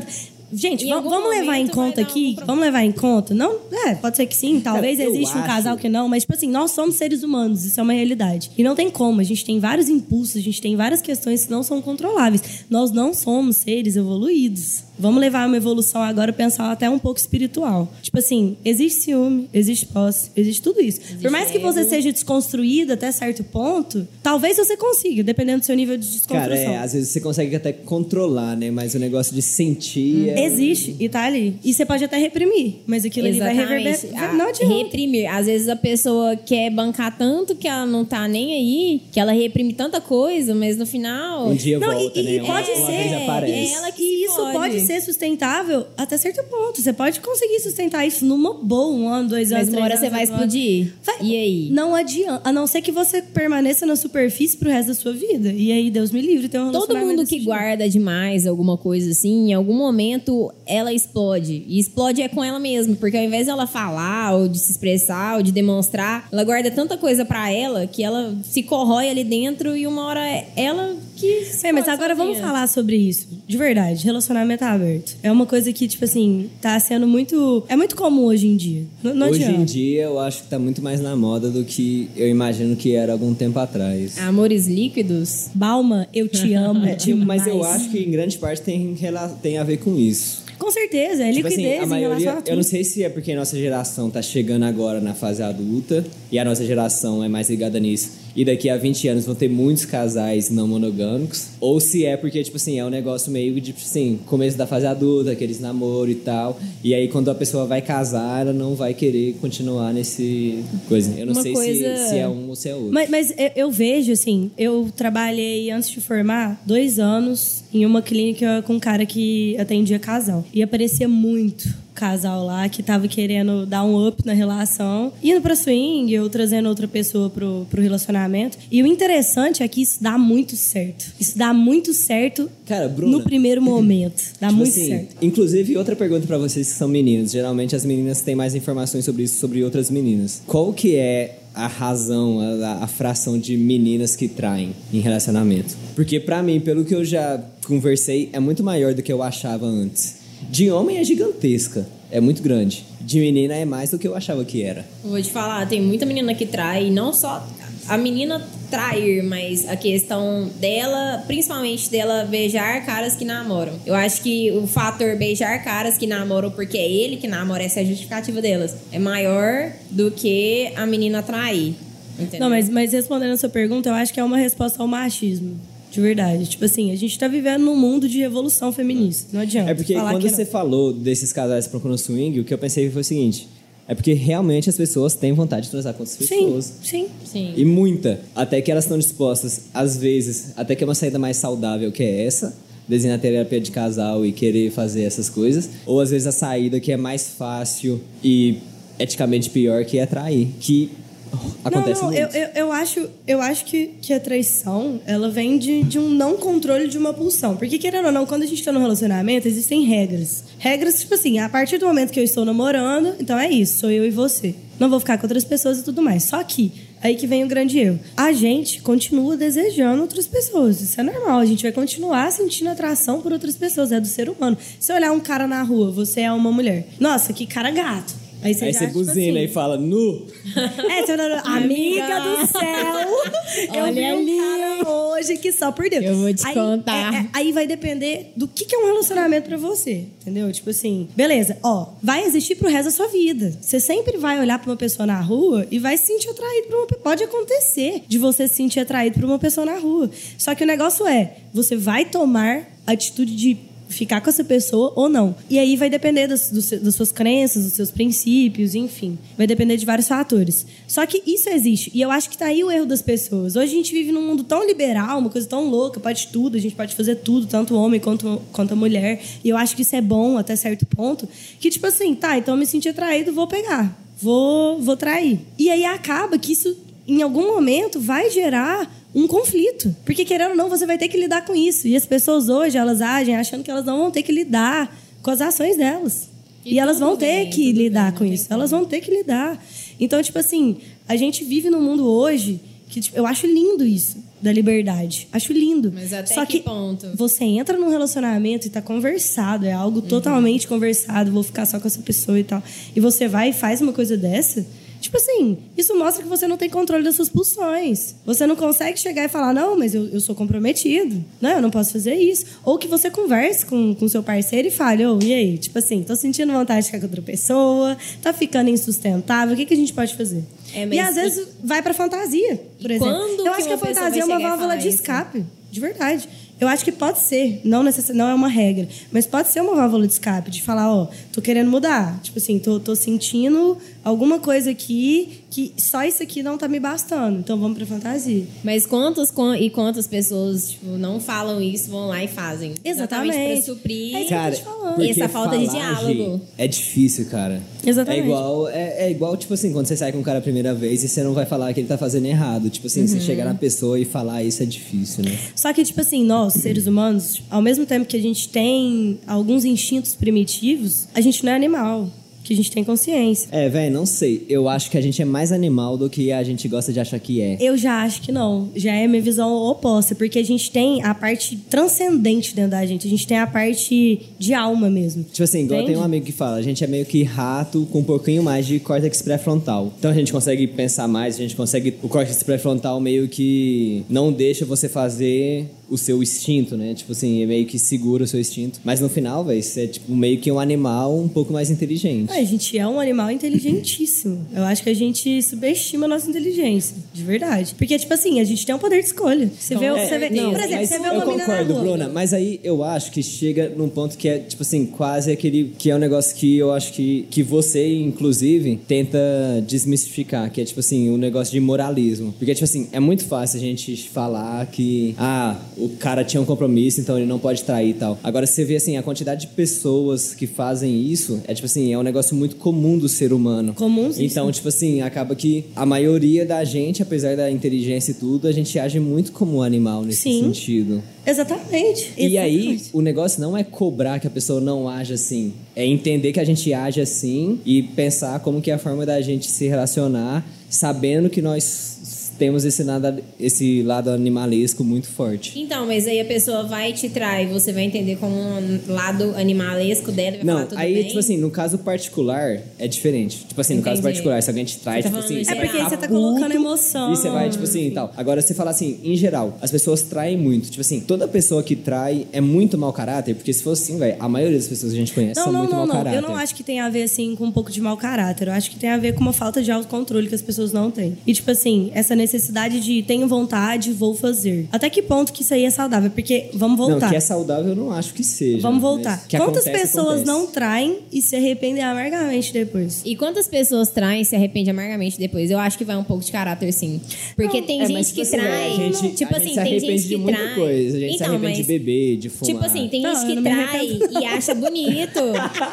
Gente, Em vamos, algum vamos levar em momento vai conta dar um aqui? problema. Vamos levar em conta? Não, é, pode ser que sim. Talvez Cara, eu exista um acho- casal que não, mas, tipo assim, nós somos seres humanos, isso é uma realidade. E não tem como, a gente tem vários impulsos, a gente tem várias questões que não são controláveis. Nós não somos seres evoluídos. Vamos levar uma evolução agora, pensar até um pouco espiritual. Tipo assim, existe ciúme, existe posse, existe tudo isso. Existe Por mais que você ego. seja desconstruído até certo ponto, talvez você consiga, dependendo do seu nível de Cara, desconstrução. é, às vezes você consegue até controlar, né? Mas o negócio de sentir... é- Existe e tá ali. E você pode até reprimir, mas aquilo ali vai Exatamente. reverberar. A- Não adianta. reprimir. Às vezes a pessoa quer bancar tanto que ela não tá nem aí, que ela reprime tanta coisa, mas no final... Um dia Não, volta, e, né? e Uma- pode uma ser. vez aparece. é ela que e se isso fode. pode ser sustentável até certo ponto. Você pode conseguir sustentar isso numa boa, um ano, dois anos, Mas uma três hora anos, você vai quatro anos. explodir. Vai- E aí? Não adianta. A não ser que você permaneça na superfície pro resto da sua vida. E aí, Deus me livre, tem um Todo relacionamento mundo desse que jeito. guarda demais alguma coisa assim, em algum momento ela explode. E explode é com ela mesma, porque ao invés dela falar, ou de se expressar, ou de demonstrar, ela guarda tanta coisa pra ela que ela se corrói ali dentro e uma hora é ela que se É, mas fode agora vamos sozinha. falar sobre isso. De verdade, relacionamento aberto. É uma coisa que, tipo assim, tá sendo muito... É muito comum hoje em dia. Não, não Hoje adianta. em dia, eu acho que tá muito mais na moda do que eu imagino que era algum tempo atrás. Amores líquidos? Balma, eu te amo É, tipo, demais. mas eu acho que em grande parte tem, rela- tem a ver com isso. Com certeza, é Tipo assim, liquidez a em maioria, relação a tudo. eu não sei se é porque a nossa geração tá chegando agora na fase adulta e a nossa geração é mais ligada nisso. E daqui a vinte anos vão ter muitos casais não monogâmicos. Ou se é porque, tipo assim, é um negócio meio de, tipo assim, começo da fase adulta, aqueles namoro e tal. E aí, quando a pessoa vai casar, ela não vai querer continuar nesse coisa. Eu não Uma sei coisa- se, se é um ou se é outro. Mas, mas eu, eu vejo, assim, eu trabalhei antes de formar dois anos em uma clínica com um cara que atendia casal. E aparecia muito casal lá que tava querendo dar um up na relação, indo pra swing ou trazendo outra pessoa pro, pro relacionamento. E o interessante é que isso dá muito certo. Isso dá muito certo Cara, Bruna, no primeiro momento. Dá Tipo muito assim, certo. Inclusive, outra pergunta pra vocês que são meninos. Geralmente as meninas têm mais informações sobre isso, sobre outras meninas. Qual que é a razão, a, a fração de meninas que traem em relacionamento? Porque pra mim, pelo que eu já conversei, é muito maior do que eu achava antes. De homem é gigantesca, é muito grande. De menina é mais do que eu achava que era. Eu vou te falar, tem muita menina que trai, e não só a menina trair, mas a questão dela, principalmente dela beijar caras que namoram. Eu acho que o fator beijar caras que namoram porque é ele que namora, essa é a justificativa delas, é maior do que a menina trair. Entendeu? Não, mas, mas respondendo a sua pergunta, eu acho que é uma resposta ao machismo. De verdade. Tipo assim, a gente tá vivendo num mundo de revolução feminista. Não adianta É porque falar quando que você não. falou desses casais procurando swing, o que eu pensei foi o seguinte: é porque realmente as pessoas têm vontade de transar com outras Sim, pessoas. sim. Sim. E muita. Até que elas estão dispostas, às vezes, até que é uma saída mais saudável que é essa, desenhar terapia de casal e querer fazer essas coisas. Ou às vezes a saída que é mais fácil e eticamente pior, que é trair. Que acontece não, não, muito. eu, eu, eu acho, eu acho que, que a traição, ela vem de, de um não controle de uma pulsão. Porque, querendo ou não, quando a gente tá num relacionamento, existem regras. Regras, tipo assim, a partir do momento que eu estou namorando, então é isso, sou eu e você. Não vou ficar com outras pessoas e tudo mais. Só que, aí que vem o grande erro. A gente continua desejando outras pessoas. Isso é normal. A gente vai continuar sentindo atração por outras pessoas. É do ser humano. Se olhar um cara na rua, você é uma mulher. Nossa, que cara gato. Aí você, Aí já, você tipo buzina assim, e fala, nu! é, você fala, amiga do céu, eu Olha vi um ali. cara hoje que só por Deus. Eu vou te aí, contar. é- é- aí vai depender do que, que é um relacionamento pra você, entendeu? Tipo assim, beleza, ó, vai existir pro resto da sua vida. Você sempre vai olhar pra uma pessoa na rua e vai se sentir atraído por uma pessoa. Pode acontecer de você se sentir atraído por uma pessoa na rua. Só que o negócio é, você vai tomar a atitude de ficar com essa pessoa ou não. E aí vai depender das, dos, das suas crenças, dos seus princípios, enfim. Vai depender de vários fatores. Só que isso existe. E eu acho que tá aí o erro das pessoas. Hoje a gente vive num mundo tão liberal, uma coisa tão louca, pode tudo, a gente pode fazer tudo, tanto o homem quanto, quanto a mulher. E eu acho que isso é bom até certo ponto. Que tipo assim, tá, então eu me senti atraído, vou pegar. Vou, vou trair. E aí acaba que isso, em algum momento, vai gerar um conflito. Porque, querendo ou não, você vai ter que lidar com isso. E as pessoas hoje, elas agem achando que elas não vão ter que lidar com as ações delas. E, E elas tudo vão ter bem, que tudo lidar bem, com não isso. tem Elas vão ter que lidar. Então, tipo assim, a gente vive num mundo hoje Que, tipo, eu acho lindo isso, da liberdade. Acho lindo. Mas até Só que que ponto? Você entra num relacionamento e tá conversado, é algo totalmente uhum. conversado, vou ficar só com essa pessoa e tal. E você vai e faz uma coisa dessa... Tipo assim, isso mostra que você não tem controle das suas pulsões. Você não consegue chegar e falar, não, mas eu, eu sou comprometido. Não, eu não posso fazer isso. Ou que você converse com o seu parceiro e fale, ô, oh, e aí? Tipo assim, tô sentindo vontade de ficar com outra pessoa, tá ficando insustentável, o que, que a gente pode fazer? É, e às vezes e... vai pra fantasia, por exemplo. Quando eu acho que a fantasia é uma válvula de escape. Isso? De verdade. Eu acho que pode ser, não, necess... não é uma regra, mas pode ser uma válvula de escape, de falar, ó, tô querendo mudar. Tipo assim, tô, tô sentindo alguma coisa aqui que só isso aqui não tá me bastando, então vamos pra fantasia. Mas quantas e quantas pessoas tipo, não falam isso, vão lá e fazem? Exatamente. Exatamente pra suprir é cara, essa falta de diálogo. É difícil, cara. Exatamente. É igual, é, é igual, tipo assim, quando você sai com um cara a primeira vez e você não vai falar que ele tá fazendo errado. Tipo assim, uhum. você chegar na pessoa e falar isso é difícil, né? Só que, tipo assim, nós, seres humanos, ao mesmo tempo que a gente tem alguns instintos primitivos, a gente não é animal. Que a gente tem consciência. É, velho, não sei. Eu acho que a gente é mais animal do que a gente gosta de achar que é. Eu já acho que não. Já é minha visão oposta. Porque a gente tem a parte transcendente dentro da gente. A gente tem a parte de alma mesmo. Tipo assim, igual tem um amigo que fala, a gente é meio que rato com um pouquinho mais de córtex pré-frontal. Então a gente consegue pensar mais, a gente consegue... O córtex pré-frontal meio que não deixa você fazer o seu instinto, né? Tipo assim, é meio que segura o seu instinto. Mas no final, velho, você é tipo meio que um animal um pouco mais inteligente. A gente é um animal inteligentíssimo. Eu acho que a gente subestima a nossa inteligência, de verdade. Porque, tipo assim, a gente tem um poder de escolha. Você vê, é, você vê, não, por exemplo, você vê uma eu mina concordo, na rua. Bruna, mas aí eu acho que chega num ponto que é, tipo assim, quase aquele... Que é um negócio que eu acho que, que você, inclusive, tenta desmistificar. Que é, tipo assim, um negócio de moralismo. Porque, tipo assim, é muito fácil a gente falar que... Ah, o cara tinha um compromisso, então ele não pode trair e tal. Agora, você vê, assim, a quantidade de pessoas que fazem isso, é, tipo assim, é um negócio muito comum do ser humano. Comum, sim. Então, tipo assim, acaba que a maioria da gente, apesar da inteligência e tudo, a gente age muito como um animal nesse sim. sentido. Exatamente. E Exatamente. aí, o negócio não é cobrar que a pessoa não age assim. É entender que a gente age assim e pensar como que é a forma da gente se relacionar, sabendo que nós temos esse lado, esse lado animalesco muito forte. Então, mas aí a pessoa vai te trair, você vai entender como um lado animalesco dela e vai não, falar tudo aí, bem? tipo assim, no caso particular, é diferente. Tipo assim, no Entendi. caso particular, se alguém te trai, tá tipo assim... É porque aí você tá colocando emoção. E você vai, tipo assim, e tal. Agora, você fala assim, em geral, as pessoas traem muito. Tipo assim, toda pessoa que trai é muito mau caráter, porque se fosse assim, velho, a maioria das pessoas que a gente conhece não, são não, muito não, mau não. caráter. Eu não acho que tem a ver, assim, com um pouco de mau caráter. Eu acho que tem a ver com uma falta de autocontrole que as pessoas não têm. E, tipo assim, essa necessidade de tenho vontade, vou fazer. Até que ponto que isso aí é saudável? Porque, vamos voltar. Não, que é saudável eu não acho que seja. Vamos voltar. Que Quantas acontece, pessoas acontece. não traem e se arrependem amargamente depois? E quantas pessoas traem e se arrependem amargamente depois? Eu acho que vai um pouco de caráter, sim. Porque não, tem é, gente mas, que tipo trai... Assim, a gente, tipo a assim, gente se tem arrepende gente que de muita trai... coisa. A gente então, se arrepende mas, de beber, de fumar. Tipo assim, tem não, gente que trai e acha bonito.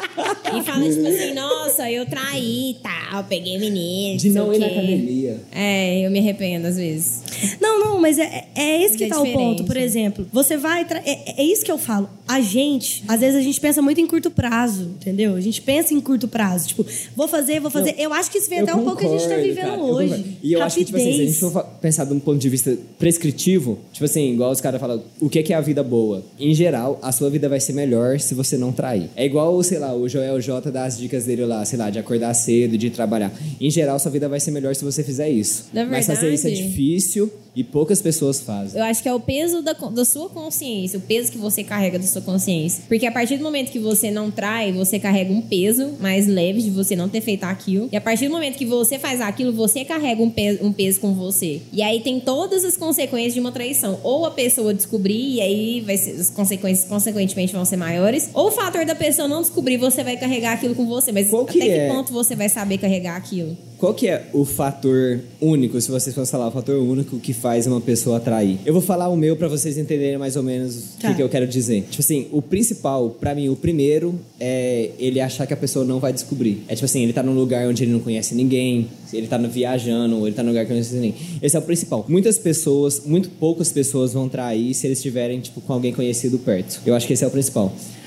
E fala, tipo assim, nossa, eu traí e tal, peguei menino, de não ir quê. na academia. É, eu me arrependo às vezes. Não, não, mas é, é esse que é tá o ponto. Por exemplo, você vai... Tra... É, é isso que eu falo. A gente, às vezes a gente pensa muito em curto prazo, entendeu? A gente pensa em curto prazo. Tipo, vou fazer, vou fazer. Não, eu acho que isso vem até um pouco que a gente tá vivendo cara, hoje. E eu Rapidez. acho que, tipo assim, se a gente for pensar de um ponto de vista prescritivo, tipo assim, igual os caras falam, o que é a vida boa? Em geral, a sua vida vai ser melhor se você não trair. É igual, sei lá, o Joel J dá as dicas dele lá, sei lá, de acordar cedo, de trabalhar. Em geral, sua vida vai ser melhor se você fizer isso. Na Mas verdade, fazer isso é difícil e poucas pessoas fazem. Eu acho que é o peso da, da sua consciência, o peso que você carrega da sua consciência. Porque a partir do momento que você não trai, você carrega um peso mais leve de você não ter feito aquilo. E a partir do momento que você faz aquilo, você carrega um peso, um peso com você. E aí tem todas as consequências de uma traição. Ou a pessoa descobrir, e aí vai ser, as consequências consequentemente vão ser maiores. Ou o fator da pessoa não descobrir, você vai carregar aquilo com você. Mas Qual que até é? que ponto você vai saber carregar aquilo? Qual que é o fator único, se vocês fossem falar, o fator único que faz uma pessoa atrair? Eu vou falar o meu pra vocês entenderem mais ou menos o Tá. que, que eu quero dizer. Tipo assim, o principal, pra mim, o primeiro é ele achar que a pessoa não vai descobrir. É tipo assim, ele tá num lugar onde ele não conhece ninguém, ele tá viajando, ou ele tá num lugar que não conhece ninguém. Esse é o principal. Muitas pessoas, muito poucas pessoas vão trair se eles estiverem, tipo, com alguém conhecido perto. Eu acho que esse é o principal.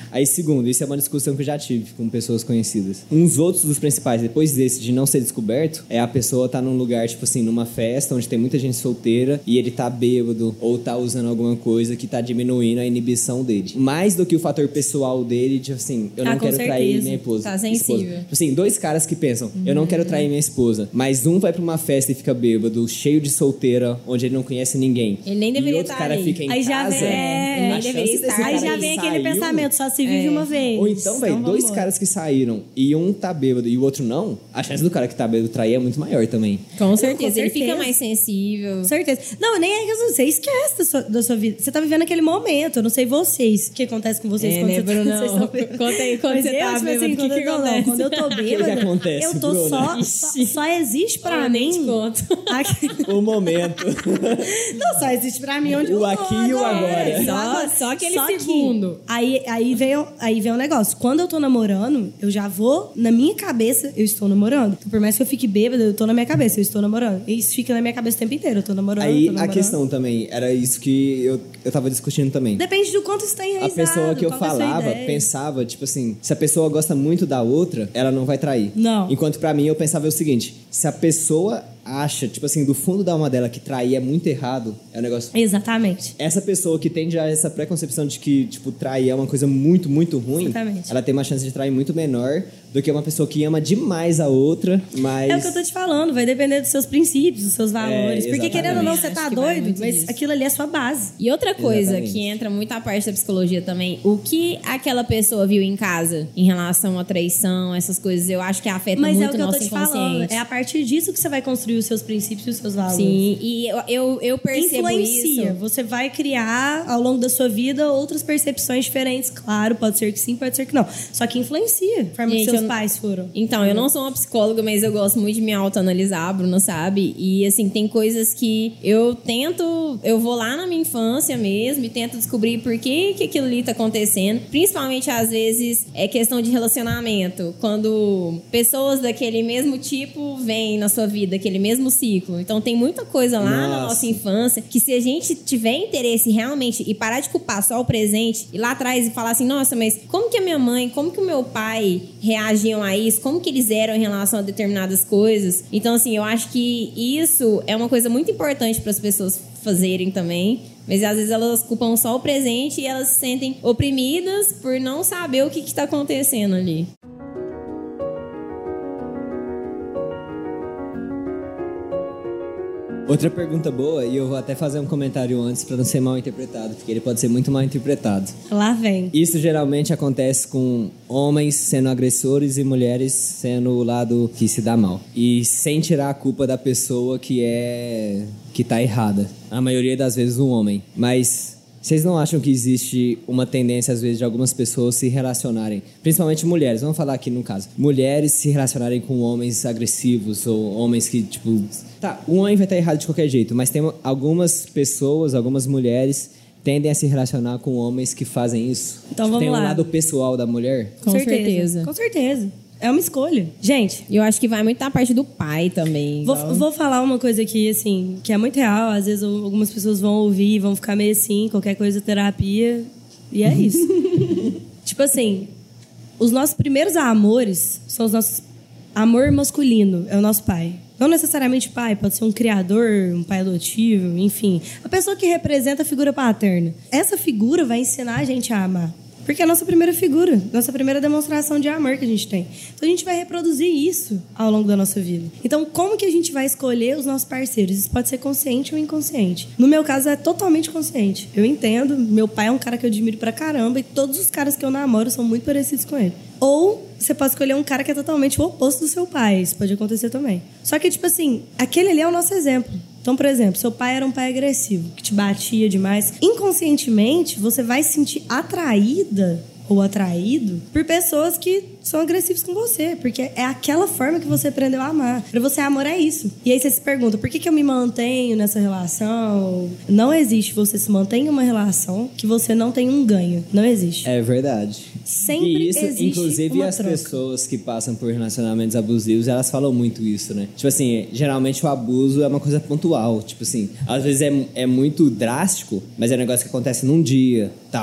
Aí, segundo, isso é uma discussão que eu já tive com pessoas conhecidas. Uns outros dos principais, depois desse de não ser descoberto, é a pessoa tá num lugar, tipo assim, numa festa onde tem muita gente solteira e ele tá bêbado ou tá usando alguma coisa que tá diminuindo a inibição dele. Mais do que o fator pessoal dele, tipo assim, eu Ah, não com quero certeza. trair minha esposa. Tá sensível. esposa. Tipo assim, dois caras que pensam, eu não quero trair minha esposa, mas um vai pra uma festa e fica bêbado, cheio de solteira, onde ele não conhece ninguém. Ele nem deveria e outro estar cara ali. fica em Aí já casa. vem- É, ele a nem chance deveria desse estar cara Aí ali. já que vem aquele saiu- pensamento, só se vive É. uma vez. Ou então, velho, dois vambora. caras que saíram e um tá bêbado e o outro não, a chance do cara que tá bêbado trair é muito maior também. Com certeza. com Ele certeza. fica mais sensível. Com certeza. Não, nem é que você esquece da sua, da sua vida. Você tá vivendo aquele momento. Eu não sei vocês. O que acontece com vocês É, quando né, você Bruno? tá, vocês estão bêbados. Conta aí quando Mas você eu, tá tipo bêbado, assim, o que quando, que eu- não, não, acontece? quando eu tô que bêbada, acontece, eu tô Bruna? só, só... Só existe pra Eu nem mim... te conto. Aqui- O momento. Não, só existe pra mim onde O eu tô aqui e o agora. Só, Só- só aquele Só que segundo. aí, aí, vem, o- aí vem o negócio. Quando eu tô namorando, eu já vou... Na minha cabeça, eu estou namorando. Então, por mais que eu fique bêbada, eu tô na minha cabeça. Eu estou namorando. E isso fica na minha cabeça o tempo inteiro. Eu tô namorando, Aí tô a namorando. questão também, era isso que eu, eu tava discutindo também. Depende do quanto está A enraizado. pessoa que eu qual é a sua falava ideia. pensava, tipo assim, se a pessoa gosta muito da outra, ela não vai trair. Não. Enquanto pra mim eu pensava o seguinte, se a pessoa acha, tipo assim, do fundo da alma dela que trair é muito errado, é um negócio... Exatamente. Essa pessoa que tem já essa preconcepção de que, tipo, trair é uma coisa muito, muito ruim, Exatamente. ela tem uma chance de trair muito menor do que uma pessoa que ama demais a outra, mas... É o que eu tô te falando, vai depender dos seus princípios, dos seus valores. Porque exatamente. querendo ou não, você Acho tá que vai doido, muito mas disso. aquilo ali é sua base. E outra coisa Exatamente. que entra muito a parte da psicologia também, o que aquela pessoa viu em casa em relação à traição, essas coisas, eu acho que afeta Mas muito é o que o eu tô nosso te falando. inconsciente. É a partir disso que você vai construir os seus princípios e os seus valores. Sim, e eu, eu, eu percebo Influencia. isso. Você vai criar ao longo da sua vida outras percepções diferentes. Claro, pode ser que sim, pode ser que não. Só que influencia a forma Gente, que seus eu- pais foram. Então, eu não sou uma psicóloga, mas eu gosto muito de me autoanalisar, a Bruna sabe. E, assim, tem coisas que eu tento... Eu vou lá na minha infância mesmo e tento descobrir por que, que aquilo ali tá acontecendo. Principalmente, às vezes, é questão de relacionamento. Quando pessoas daquele mesmo tipo vêm na sua vida, aquele mesmo ciclo. Então, tem muita coisa lá na Nossa. nossa infância que se a gente tiver interesse realmente e parar de culpar só o presente, ir lá atrás e falar assim, nossa, mas como que a minha mãe, como que o meu pai reagiam a isso, como que eles eram em relação a determinadas coisas. Então, assim, eu acho que isso é uma coisa muito importante para as pessoas fazerem também. Mas às vezes elas culpam só o presente e elas se sentem oprimidas por não saber o que está acontecendo ali. Outra pergunta boa, e eu vou até fazer um comentário antes pra não ser mal interpretado, porque ele pode ser muito mal interpretado. Lá vem. Isso geralmente acontece com homens sendo agressores e mulheres sendo o lado que se dá mal. E sem tirar a culpa da pessoa que é... que tá errada. A maioria das vezes um homem. Mas vocês não acham que existe uma tendência, às vezes, de algumas pessoas se relacionarem, principalmente mulheres, vamos falar aqui no caso, mulheres se relacionarem com homens agressivos ou homens que, tipo... Tá, um homem vai estar errado de qualquer jeito, mas tem algumas pessoas, algumas mulheres tendem a se relacionar com homens que fazem isso. Então Tipo, vamos tem um lá. lado pessoal da mulher. Com certeza. Com certeza. É uma escolha. Gente, E eu acho que vai muito da parte do pai também. Vou, igual. vou falar uma coisa aqui, assim, que é muito real. Às vezes algumas pessoas vão ouvir e vão ficar meio assim, qualquer coisa terapia. E é isso. Tipo assim, os nossos primeiros amores são os nossos... Amor masculino é o nosso pai. Não necessariamente pai, pode ser um criador, um pai adotivo, enfim. A pessoa que representa a figura paterna. Essa figura vai ensinar a gente a amar. Porque é a nossa primeira figura, nossa primeira demonstração de amor que a gente tem. Então a gente vai reproduzir isso ao longo da nossa vida. Então, como que a gente vai escolher os nossos parceiros? Isso pode ser consciente ou inconsciente. No meu caso, é totalmente consciente. Eu entendo, meu pai é um cara que eu admiro pra caramba e todos os caras que eu namoro são muito parecidos com ele. Ou você pode escolher um cara que é totalmente o oposto do seu pai. Isso pode acontecer também. Só que, tipo assim, aquele ali é o nosso exemplo. Então, por exemplo, seu pai era um pai agressivo, que te batia demais. Inconscientemente, você vai se sentir atraída ou atraído por pessoas que são agressivas com você, porque é aquela forma que você aprendeu a amar. Pra você, amor é isso. E aí você se pergunta, por que que eu me mantenho nessa relação? Não existe você se mantém em uma relação que você não tem um ganho. Não existe. É verdade. Sempre e isso, existe inclusive, uma as troca. pessoas que passam por relacionamentos abusivos, elas falam muito isso, né? Tipo assim, geralmente o abuso é uma coisa pontual. Tipo assim, às vezes é, é muito drástico, mas é um negócio que acontece num dia, tal.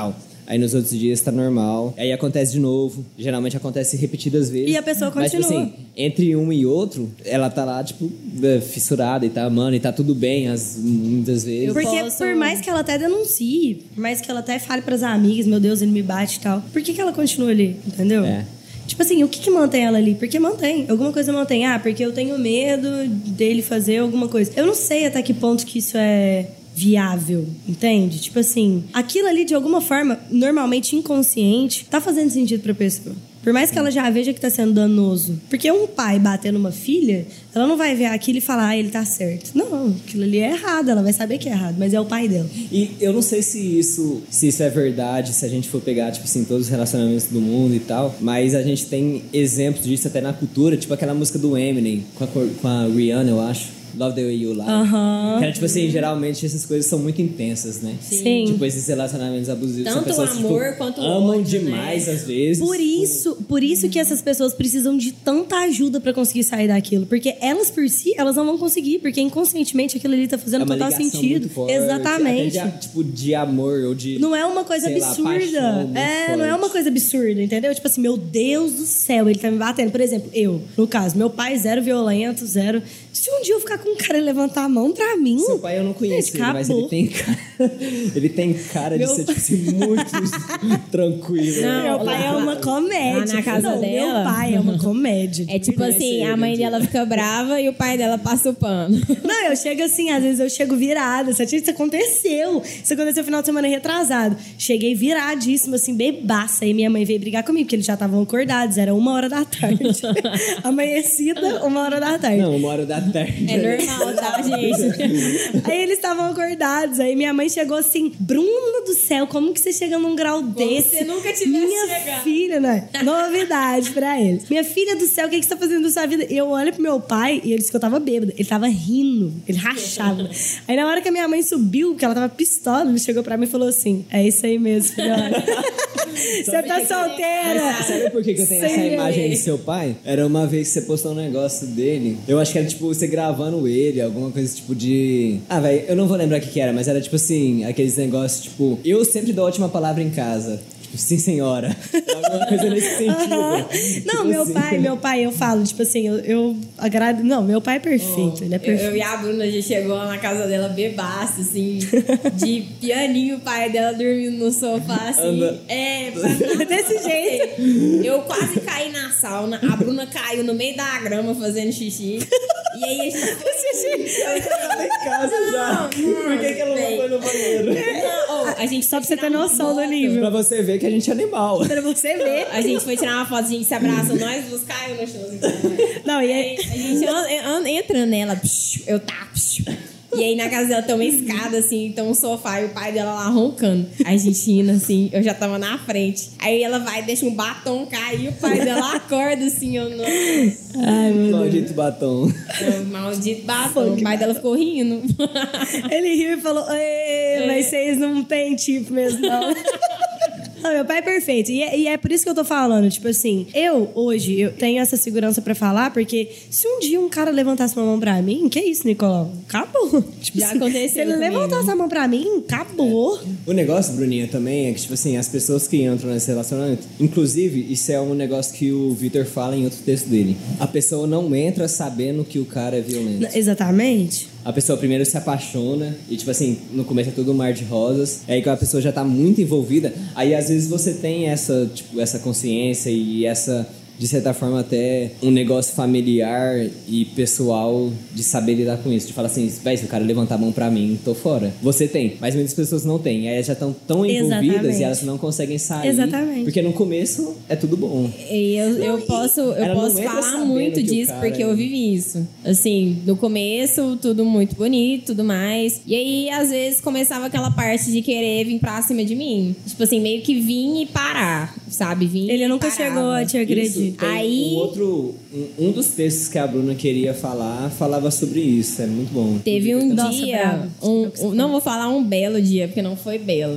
aí nos outros dias tá normal, aí acontece de novo, geralmente acontece repetidas vezes. E a pessoa mas, continua. tipo assim, entre um e outro, ela tá lá, tipo, fissurada e tá amando e tá tudo bem, as, muitas vezes. Eu Porque posso- por mais que ela até denuncie, por mais que ela até fale pras amigas, meu Deus, ele me bate e tal, por que que ela continua ali, entendeu? É. Tipo assim, o que que mantém ela ali? Porque mantém. Alguma coisa mantém. Ah, porque eu tenho medo dele fazer alguma coisa. Eu não sei até que ponto que isso é viável, entende? Tipo assim, aquilo ali de alguma forma, normalmente inconsciente, tá fazendo sentido pra pessoa. Por mais que ela já veja que tá sendo danoso. Porque um pai bater numa filha, ela não vai ver aquilo e falar, ah, ele tá certo. Não, aquilo ali é errado, ela vai saber que é errado, mas é o pai dela. E eu não sei se isso, se isso é verdade, se a gente for pegar, tipo assim, todos os relacionamentos do mundo e tal, mas a gente tem exemplos disso até na cultura, tipo aquela música do Eminem, com a, cor- com a Rihanna, eu acho. Love the Way You Lie. Aham. Que era, tipo assim, geralmente essas coisas são muito intensas, né? Sim. Tipo, esses relacionamentos abusivos. Tanto são pessoas o que, amor tipo, quanto o amam ódio, demais, né? às vezes. Por tipo, isso, por isso que essas pessoas precisam de tanta ajuda pra conseguir sair daquilo. Porque elas por si, elas não vão conseguir. Porque inconscientemente aquilo ali tá fazendo é uma total ligação sentido. muito forte, Exatamente. até de, tipo, de amor ou de... Não é uma coisa sei lá, absurda. paixão muito É, não é forte. uma coisa absurda, entendeu? Tipo assim, meu Deus do céu, ele tá me batendo. Por exemplo, eu, no caso, meu pai zero violento, zero. Se um dia eu ficar com um cara e levantar a mão pra mim. Seu pai eu não conheço gente, ele, mas ele acabou. tem cara, ele tem cara de Meu ser, tipo assim, muito tranquilo. Não, Meu pai é uma comédia. lá na casa não, dela- Meu pai é uma comédia. É tipo Conhece assim, ele, a mãe tipo. dela fica brava e o pai dela passa o pano. Não, eu chego assim, às vezes eu chego virada. Isso isso aconteceu. Isso aconteceu no final de semana retrasado. Cheguei viradíssima, assim, bebaça. Aí minha mãe veio brigar comigo, porque eles já estavam acordados. Era uma hora da tarde. Amanhecida, uma hora da tarde. Não, uma hora da tarde. É normal, tá, gente? Aí eles estavam acordados. Aí minha mãe chegou assim, Bruna do céu, como que você chega num grau desse? você nunca tivesse Minha chegado. filha, né? Novidade pra eles. Minha filha do céu, o que, que você tá fazendo da sua vida? E eu olho pro meu pai e ele disse que eu tava bêbada. Ele tava rindo, ele rachava. Aí na hora que a minha mãe subiu, que ela tava pistola, ele chegou pra mim e falou assim: é isso aí mesmo, filhona. Você tá solteira. Mas sabe por que, que eu tenho Sem essa imagem ver. de seu pai? Era uma vez que você postou um negócio dele. Eu acho que era tipo você gravando ele, alguma coisa tipo de. Ah, velho, eu não vou lembrar o que, que era, mas era tipo assim, aqueles negócios tipo. Eu sempre dou a última palavra em casa. Tipo, sim, senhora. Alguma coisa nesse sentido. Não, Tipo meu assim. pai, meu pai, eu falo, tipo assim, eu, eu agrado. Não, meu pai é perfeito, ele é Eu, perfeito. eu e a Bruna já chegou lá na casa dela bebaça, assim, de pianinho, o pai dela dormindo no sofá, assim. Anda. É, pra- Desse jeito. Eu quase caí na sauna, a Bruna caiu no meio da grama fazendo xixi. E aí a gente foi. Ela tava em casa já. Por que, que ela não foi no banheiro? Não, ô, a gente Só pra você ter tirar uma noção do foto. nível. Pra você ver que a gente é animal. Pra você ver. A gente foi tirar uma foto, a gente se abraça, nós duas caiu no chão. Assim. Não, e Aí aí. a gente an- an- entra nela, psh, eu tá, psh. E aí na casa dela tem uma escada, assim, então um sofá e o pai dela lá roncando. Aí a gente indo, assim, eu já tava na frente. Aí ela vai, deixa um batom cair, o pai dela acorda, assim, eu não. Ai, meu Deus. Maldito batom. Eu, maldito batom. O pai dela ficou rindo. Ele riu e falou: Ei, mas vocês não têm tipo mesmo, não. Não, meu pai é perfeito. E é, e é por isso que eu tô falando. Tipo assim, eu, hoje, eu tenho essa segurança pra falar, porque se um dia um cara levantasse uma mão pra mim, que isso, Nicolau? Acabou. Tipo Já assim, aconteceu Se ele comigo. levantasse a mão pra mim, acabou. O negócio, Bruninha, também é que, tipo assim, as pessoas que entram nesse relacionamento, inclusive, isso é um negócio que o Victor fala em outro texto dele. A pessoa não entra sabendo que o cara é violento. Exatamente. A pessoa primeiro se apaixona e, tipo assim, no começo é tudo um mar de rosas. Aí quando a pessoa já tá muito envolvida, aí às vezes você tem essa, tipo, essa consciência e essa, de certa forma, até um negócio familiar e pessoal de saber lidar com isso. De falar assim, véi, se o cara levantar a mão pra mim, tô fora. Você tem, mas muitas pessoas não têm. Aí elas já estão tão envolvidas Exatamente. e elas não conseguem sair. Exatamente. Porque no começo é tudo bom. E eu, eu posso, eu ela não posso entra falar sabendo muito que o disso, cara porque é- eu vivi isso. Assim, no começo, tudo muito bonito, tudo mais. E aí, às vezes, começava aquela parte de querer vir pra cima de mim. Tipo assim, meio que vir e parar, sabe? Vir Ele e nunca parava. chegou a te Isso, agredir. tem Aí- um outro, um, um dos textos que a Bruna queria falar, falava sobre isso. É muito bom. Teve um Nossa, dia, bravo. um- um- não vou falar um belo dia, porque não foi belo.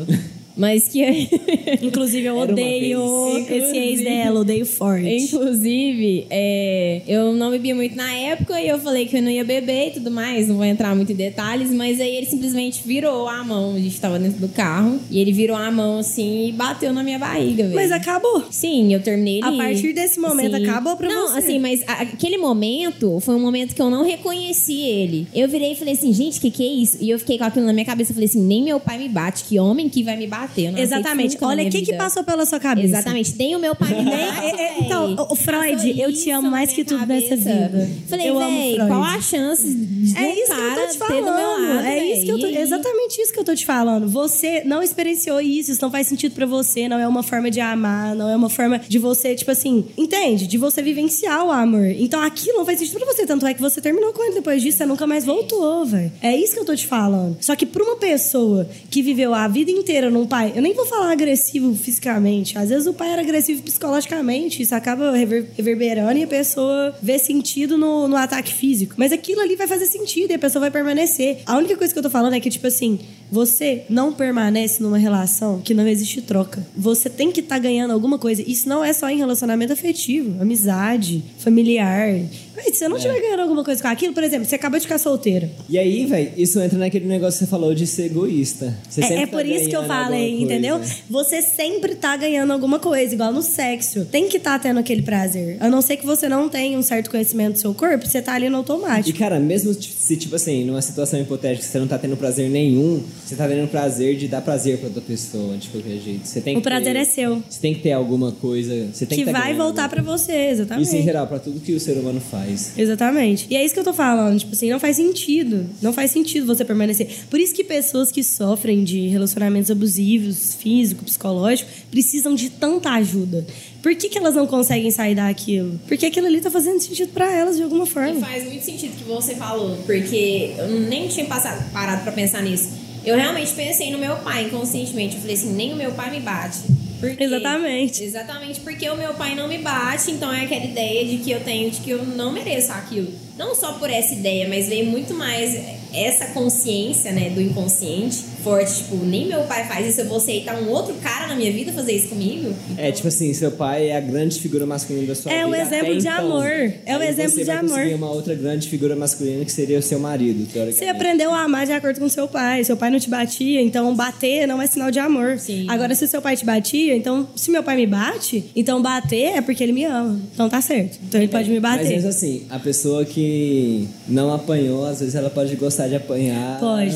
Mas que... Inclusive, eu odeio esse ex dela, odeio forte. Inclusive, é, eu não bebia muito na época e eu falei que eu não ia beber e tudo mais, não vou entrar muito em detalhes, mas aí ele simplesmente virou a mão, a gente tava dentro do carro, e ele virou a mão assim e bateu na minha barriga, velho. Mas acabou. Sim, eu terminei ele. A partir desse momento, Sim. acabou pra não, você. Não, assim, mas a, aquele momento foi um momento que eu não reconheci ele. Eu virei e falei assim, gente, o que que é isso? E eu fiquei com aquilo na minha cabeça, eu falei assim, nem meu pai me bate, que homem que vai me bater? Eu não Exatamente. Olha, o que que passou pela sua cabeça? Exatamente. Nem o meu pai me bate, Então, o Freud, eu te amo mais que tudo nessa vida. Falei, eu véi, qual a chance de é um isso cara que eu tô te falando. ter do meu lado, é isso que eu tô, exatamente isso que eu tô te falando. Você não experienciou isso, isso não faz sentido pra você, não é uma forma de amar, não é uma forma de você, tipo assim, entende? De você vivenciar o amor. Então aquilo não faz sentido pra você, tanto é que você terminou com ele depois disso, você nunca mais voltou, velho. É isso que eu tô te falando. Só que pra uma pessoa que viveu a vida inteira num pai, eu nem vou falar agressivo fisicamente, às vezes o pai era agressivo psicologicamente, isso acaba rever, reverberando e a pessoa vê sentido no, no ataque físico. Mas aquilo ali vai fazer sentido e a pessoa vai permanecer. A única coisa que eu tô falando é que, tipo assim, você não permanece numa relação que não existe troca. Você tem que estar tá ganhando alguma coisa. Isso não é só em relacionamento afetivo, amizade, familiar. Mas se você não estiver é. ganhando alguma coisa com aquilo, por exemplo, você acaba de ficar solteira. E aí, velho, isso entra naquele negócio que você falou de ser egoísta. Você é é tá por isso que eu falei, entendeu? Você sempre tá ganhando alguma coisa, igual no sexo. Tem que estar tá tendo aquele prazer. A não ser que você não tenha um certo conhecimento do seu corpo, você tá ali no automático. E, cara, mesmo se, tipo assim, numa situação hipotética, você não tá tendo prazer nenhum, você tá tendo prazer de dar prazer pra outra pessoa, de qualquer jeito. Você tem o que prazer ter, é seu. Você tem que ter alguma coisa... Você tem que que tá vai voltar pra você, exatamente. Isso em geral, pra tudo que o ser humano faz. Exatamente. E é isso que eu tô falando. Tipo assim, não faz sentido. Não faz sentido você permanecer. Por isso que pessoas que sofrem de relacionamentos abusivos, físico, psicológico, precisam de tanta ajuda. Por que que elas não conseguem sair daquilo? Porque aquilo ali tá fazendo sentido pra elas de alguma forma. E faz muito sentido o que você falou, porque eu nem tinha passado, parado pra pensar nisso. Eu realmente pensei no meu pai inconscientemente. Eu falei assim, nem o meu pai me bate. Porque, exatamente. Exatamente, porque o meu pai não me bate, então é aquela ideia de que eu tenho, de que eu não mereço aquilo. Não só por essa ideia, mas veio muito mais essa consciência, né, do inconsciente forte. Tipo, nem meu pai faz isso, eu vou aceitar um outro cara na minha vida fazer isso comigo? Então... É, tipo assim, seu pai é a grande figura masculina da sua é vida. É o exemplo de então. amor. É o exemplo de amor. Você vai conseguir uma outra grande figura masculina que seria o seu marido, teoricamente. Você aprendeu a amar de acordo com seu pai. Seu pai não te batia, então bater não é sinal de amor. Sim. Agora, se seu pai te batia, então, se meu pai me bate, então bater é porque ele me ama. Então tá certo. Então ele pode me bater. Mas mesmo assim, a pessoa que não apanhou, às vezes ela pode gostar de apanhar. Pode.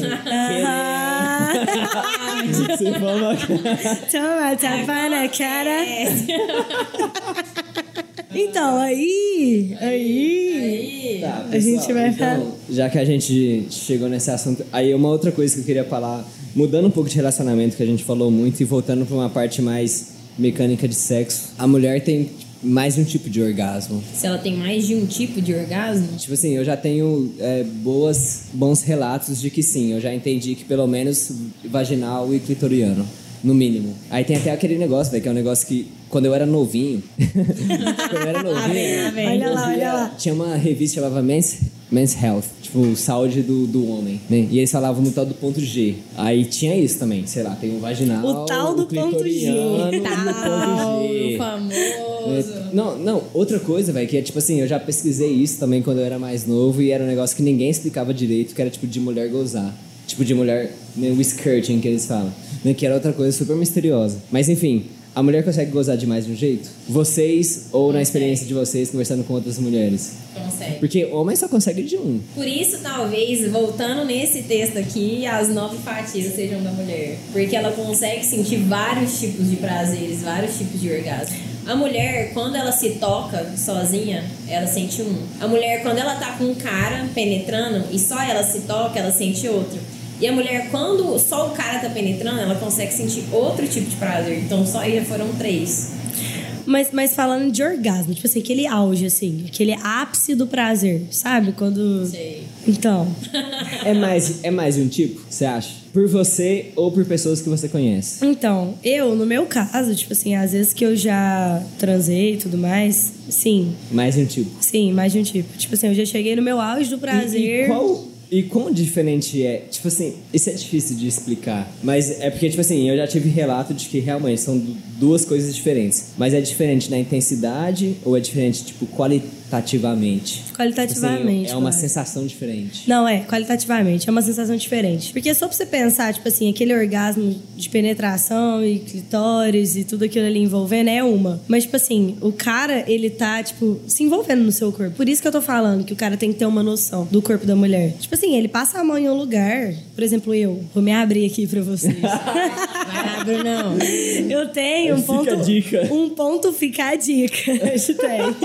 Se for uma... Toma, tapa na cara. Então, aí... Aí... aí tá, pessoal, a gente vai então, falar... Já que a gente chegou nesse assunto, aí uma outra coisa que eu queria falar, mudando um pouco de relacionamento, que a gente falou muito, e voltando para uma parte mais mecânica de sexo, a mulher tem mais de um tipo de orgasmo. Se ela tem mais de um tipo de orgasmo? Tipo assim, eu já tenho é, boas, bons relatos de que sim, eu já entendi que pelo menos vaginal e clitoriano, no mínimo. Aí tem até aquele negócio, velho, que é um negócio que quando eu era novinho, quando eu era novinho, ah, vem, olha lá, olha lá. Tinha uma revista que chamava Men's, Men's Health, tipo, saúde do, do homem, né? E eles falavam no tal do ponto G. Aí tinha isso também, sei lá, tem o vaginal, o tal do o ponto G. Tal, ponto G. O famoso. Não, não, outra coisa, velho, que é tipo assim, eu já pesquisei isso também quando eu era mais novo e era um negócio que ninguém explicava direito, que era tipo de mulher gozar. Tipo de mulher, né, o skirting que eles falam, né, que era outra coisa super misteriosa. Mas enfim, a mulher consegue gozar de mais de um jeito? Vocês, ou na experiência de vocês, conversando com outras mulheres? Consegue. Porque homem só consegue de um. Por isso, talvez, voltando nesse texto aqui, as nove fatias sejam da mulher. Porque ela consegue sentir vários tipos de prazeres, vários tipos de orgasmo. A mulher, quando ela se toca sozinha, ela sente um. A mulher, quando ela tá com um cara penetrando e só ela se toca, ela sente outro. E a mulher, quando só o cara tá penetrando, ela consegue sentir outro tipo de prazer. Então, só aí já foram três. Mas, mas falando de orgasmo, tipo assim, aquele auge, assim, aquele ápice do prazer, sabe? Quando... Sei. Então... É mais, é mais de um tipo, você acha? Por você ou por pessoas que você conhece? Então, eu, no meu caso, tipo assim, às vezes que eu já transei e tudo mais, sim. Mais de um tipo? Sim, mais de um tipo. Tipo assim, eu já cheguei no meu auge do prazer... E, e qual... E quão diferente é? Tipo assim, isso é difícil de explicar. Mas é porque, tipo assim, eu já tive relato de que realmente são duas coisas diferentes. Mas é diferente na intensidade ou é diferente, tipo, qualitativamente? Qualitativamente. Tipo assim, é uma sensação diferente. Não, é, qualitativamente. É uma sensação diferente. Porque só pra você pensar, tipo assim, aquele orgasmo de penetração e clitóris e tudo aquilo ali envolvendo é uma. Mas, tipo assim, o cara, ele tá, tipo, se envolvendo no seu corpo. Por isso que eu tô falando que o cara tem que ter uma noção do corpo da mulher. Tipo assim, ele passa a mão em um lugar. Por exemplo, eu. Vou me abrir aqui pra vocês. Vai, Brunão. Eu tenho um Fica ponto... a dica. Um ponto fica a dica. Eu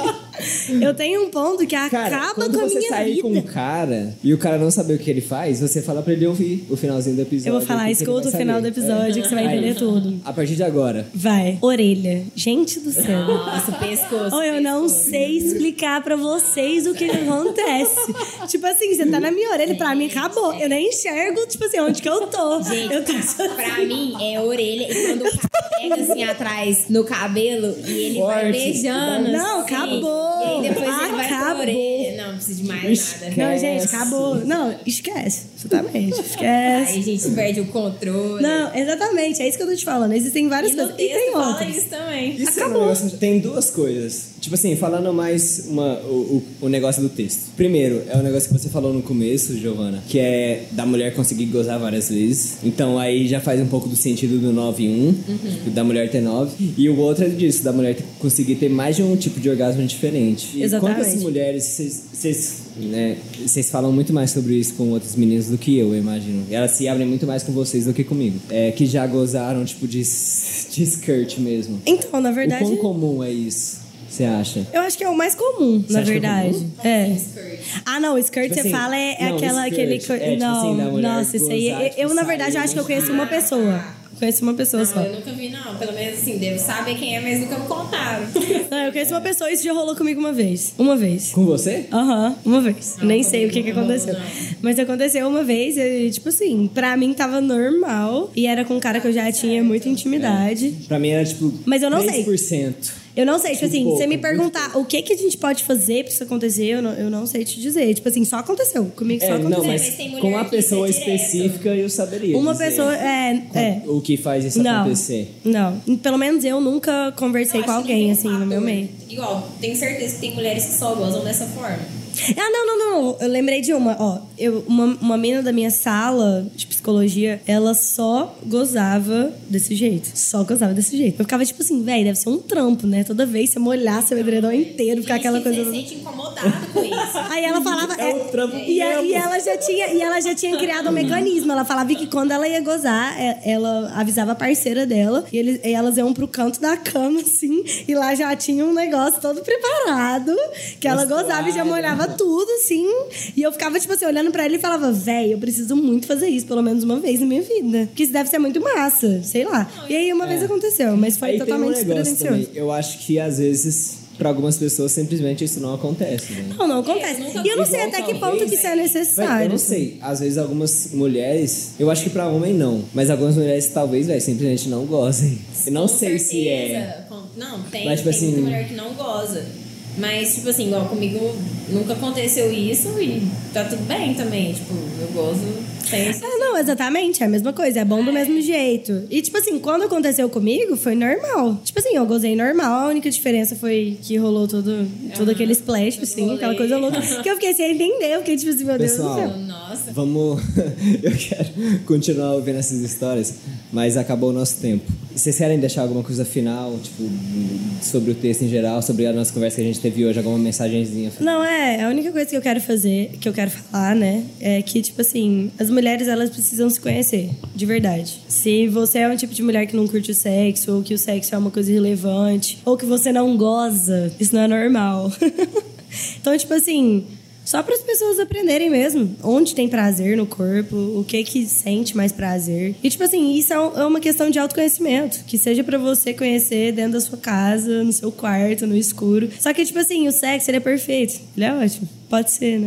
tenho. Eu tenho um ponto que acaba Cara, quando com a você minha sair vida. com um cara e o cara não saber o que ele faz, você fala pra ele ouvir o finalzinho do episódio. Eu vou falar, que que ele escuta o vai final saber. do episódio É. que você vai entender Aí, tudo. A partir de agora. Vai. Orelha. Gente do céu. Nossa, pescoço. Ou eu não pescoço. sei explicar pra vocês o que acontece. Tipo assim, você tá na minha orelha, pra mim acabou. Eu nem enxergo, tipo assim, onde que eu tô. Gente, eu tô pra mim é orelha. E quando o cara pega assim atrás no cabelo e ele vai Forte. beijando. Não, assim, acabou. E aí depois ele vai pra Acabou. orelha. Não, não precisa de mais Esquece. nada. Não, gente, acabou. Não, esquece. Exatamente. Esquece. Aí a gente perde o controle. Não, exatamente. É isso que eu tô te falando. Existem várias E no coisas. E texto tem fala outras. isso também. Isso é um negócio, tem duas coisas. Tipo assim, falando mais uma, o, o, o negócio do texto. Primeiro, é o negócio que você falou no começo, Giovana, que é da mulher conseguir gozar várias vezes. Então aí já faz um pouco do sentido do nove e um, uhum. da mulher ter nove. E o outro é disso, da mulher ter, conseguir ter mais de um tipo de orgasmo diferente. E Exatamente. quantas mulheres, vocês né, falam muito mais sobre isso com outros meninos do que eu, eu imagino. E elas se abrem muito mais com vocês do que comigo. É, que já gozaram, tipo, de, de skirt mesmo. Então, na verdade... O quão comum é isso? Você acha? Eu acho que é o mais comum, Você na acha que é verdade. comum? É. Ah, não, skirt Tipo você assim, fala é, é não, aquela, skirt, aquele. é, tipo não, assim, da mulher nossa, isso aí. gozar, eu, tipo, eu, na sair verdade, acho que eu conheço uma pessoa. Conheço uma pessoa Não, só. eu nunca vi, não. Pelo menos assim, devo saber quem é, mas nunca me contaram. Não, eu conheço uma pessoa e isso já rolou comigo uma vez. Uma vez. Com você? Aham, uhum, uma vez. Não, Nem sei o que, que não rolou, aconteceu. não. Mas aconteceu uma vez e, tipo assim, pra mim tava normal. E era com um cara que eu já tinha muita intimidade. Pra mim era tipo Mas eu não sei. três por cento. Eu não sei, tipo Muito assim, pouco, você me muito perguntar o que, que a gente pode fazer pra isso acontecer, eu não, eu não sei te dizer. Tipo assim, só aconteceu. Comigo só É, aconteceu. não, mas Mas tem mulher com a que pessoa isso é direto. específica eu saberia Uma dizer pessoa, é, é. o que faz isso Não, acontecer. não. Pelo menos eu nunca conversei Eu com acho que alguém, tem um assim, no meu fator. meio. Igual, tenho certeza que tem mulheres que só gozam dessa forma. Ah, não, não, não. Eu lembrei de uma. Ó, eu, uma, uma menina da minha sala de psicologia, ela só gozava desse jeito. Só gozava desse jeito. Eu ficava tipo assim, velho, deve ser um trampo, né? Toda vez você molhar seu edredom inteiro, ficar Gente, aquela você coisa... se sente incomodado com isso. Aí ela falava... É o trampo e, a- mesmo. e ela já tinha, e ela já tinha criado um mecanismo. Ela falava que quando ela ia gozar, é- ela avisava a parceira dela e, eles, e elas iam pro canto da cama, assim, e lá já tinha um negócio todo preparado, que ela Gostosa. gozava e já molhava tudo, assim. E eu ficava, tipo assim, olhando pra ela e falava, véi, eu preciso muito fazer isso, pelo menos uma vez na minha vida. Porque isso deve ser muito massa, sei lá. E aí uma vez aconteceu, mas foi Aí totalmente tem um negócio despretensioso. também. Eu acho que às vezes pra algumas pessoas simplesmente isso não acontece, né? Não, não acontece. É, eu nunca- E eu não sei Igual até que talvez- ponto que isso é Vai, necessário. eu não sei. Às vezes algumas mulheres, eu acho que pra homem não, mas algumas mulheres talvez, velho, simplesmente não gozem. Eu não Com sei se é. certeza. Com- Não, tem, Mas, tipo tem assim- muita mulher que não goza. Mas, tipo assim, igual comigo nunca aconteceu isso e tá tudo bem também. Tipo, eu gozo sem isso. Ah, não, exatamente, é a mesma coisa, é bom do mesmo jeito. E, tipo assim, quando aconteceu comigo, foi normal. Tipo assim, eu gozei normal, a única diferença foi que rolou todo, todo aquele splash, todo assim, rolê. aquela coisa louca. Que eu fiquei sem entender, eu fiquei tipo assim, meu Deus Pessoal, do céu. Nossa. Vamos. Eu quero continuar ouvindo essas histórias, mas acabou o nosso tempo. Vocês querem deixar alguma coisa final, tipo, sobre o texto em geral, sobre a nossa conversa que a gente teve hoje, alguma mensagenzinha? Não, é, a única coisa que eu quero fazer, que eu quero falar, né, é que, tipo assim, as mulheres, elas precisam se conhecer, de verdade. Se você é um tipo de mulher que não curte o sexo, ou que o sexo é uma coisa irrelevante, ou que você não goza, isso não é normal. Então, tipo assim, só para as pessoas aprenderem mesmo onde tem prazer no corpo, o que que sente mais prazer. E, tipo assim, isso é um- é uma questão de autoconhecimento. Que seja pra você conhecer dentro da sua casa, no seu quarto, no escuro. Só que, tipo assim, o sexo, ele é perfeito. Ele é ótimo. Pode ser, né?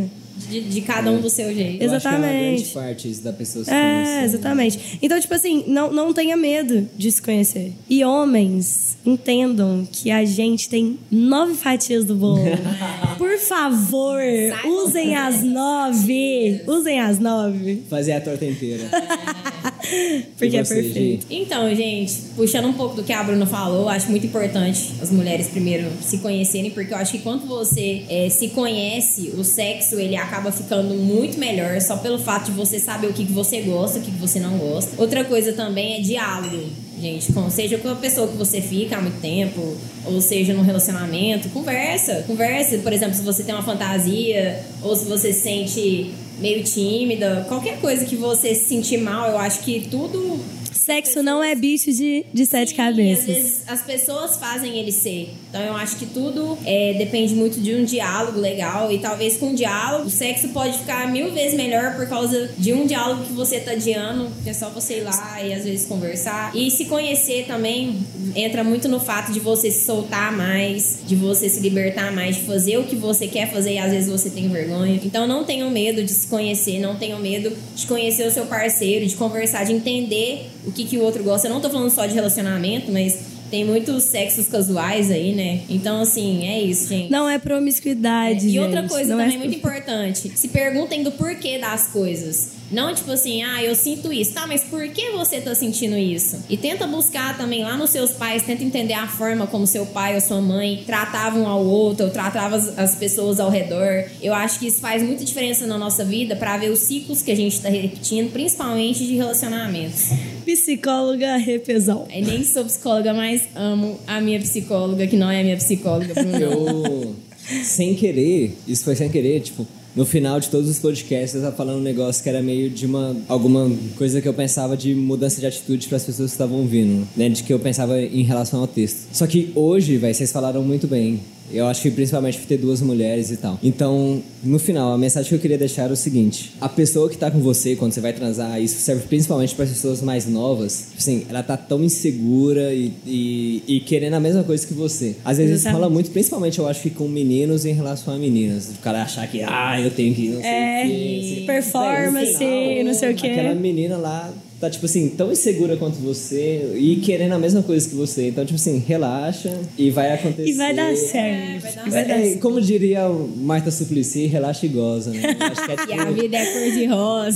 de, de cada um do seu jeito. Eu acho que é uma grande Exatamente. parte isso da pessoa se É, conhecer. exatamente. Então, tipo assim, não, não tenha medo de se conhecer. E homens, entendam que a gente tem nove fatias do bolo. Por favor, usem as nove. Usem as nove. Fazer a torta inteira. Porque E é você, perfeito. Gi? Então, gente, puxando um pouco do que a Bruna falou, acho muito importante as mulheres primeiro se conhecerem, porque eu acho que quando você é, se conhece, o sexo ele acaba ficando muito melhor só pelo fato de você saber o que, que você gosta, o que, que você não gosta. Outra coisa também é diálogo, gente, com, seja com a pessoa que você fica há muito tempo, ou seja num relacionamento, conversa, conversa, por exemplo, se você tem uma fantasia, ou se você se sente meio tímida, qualquer coisa que você se sentir mal, eu acho que tudo... Sexo não é bicho de, de sete Sim, cabeças. às vezes as pessoas fazem ele ser. Então eu acho que tudo é, depende muito de um diálogo legal. E talvez com um diálogo, o sexo pode ficar mil vezes melhor por causa de um diálogo que você tá adiando. Que é só você ir lá e às vezes conversar. E se conhecer também entra muito no fato de você se soltar mais, de você se libertar mais, de fazer o que você quer fazer e às vezes você tem vergonha. Então não tenham medo de se conhecer, não tenham medo de conhecer o seu parceiro, de conversar, de entender o que, que o outro gosta. Eu não tô falando só de relacionamento, mas tem muitos sexos casuais aí, né? Então, assim, é isso, gente. Não é promiscuidade, É, e gente. outra coisa Não também é... muito importante. Se perguntem do porquê das coisas. Não tipo assim, ah, eu sinto isso. Tá, mas por que você tá sentindo isso? E tenta buscar também lá nos seus pais, tenta entender a forma como seu pai ou sua mãe tratavam um ao outro, ou tratavam as, as pessoas ao redor. Eu acho que isso faz muita diferença na nossa vida pra ver os ciclos que a gente tá repetindo, principalmente de relacionamentos. Psicóloga Repesão. Eu nem sou psicóloga, mas amo a minha psicóloga, que não é a minha psicóloga, Bruno. Eu, sem querer, isso foi sem querer, tipo, no final de todos os podcasts eu tava falando um negócio que era meio de uma alguma coisa que eu pensava de mudança de atitude para as pessoas que estavam ouvindo, né? De que eu pensava em relação ao texto. Só que hoje, véio, vocês falaram muito bem. Eu acho que principalmente por ter duas mulheres e tal. Então, no final, a mensagem que eu queria deixar é o seguinte: a pessoa que tá com você quando você vai transar, isso serve principalmente para pessoas mais novas. Assim, ela tá tão insegura e, e, e querendo a mesma coisa que você. Às vezes isso fala muito, principalmente eu acho que com meninos em relação a meninas. O cara achar que, ah, eu tenho que não sei É, o quê. performance, Bem, não sei o quê. Aquela menina lá tá, tipo assim, tão insegura quanto você e querendo a mesma coisa que você. Então, tipo assim, relaxa e vai acontecer. E vai dar certo. É, vai dar E vai dar É, certo. como diria o Marta Suplicy, relaxa e goza, né? Eu acho que é E a vida é cor de rosa.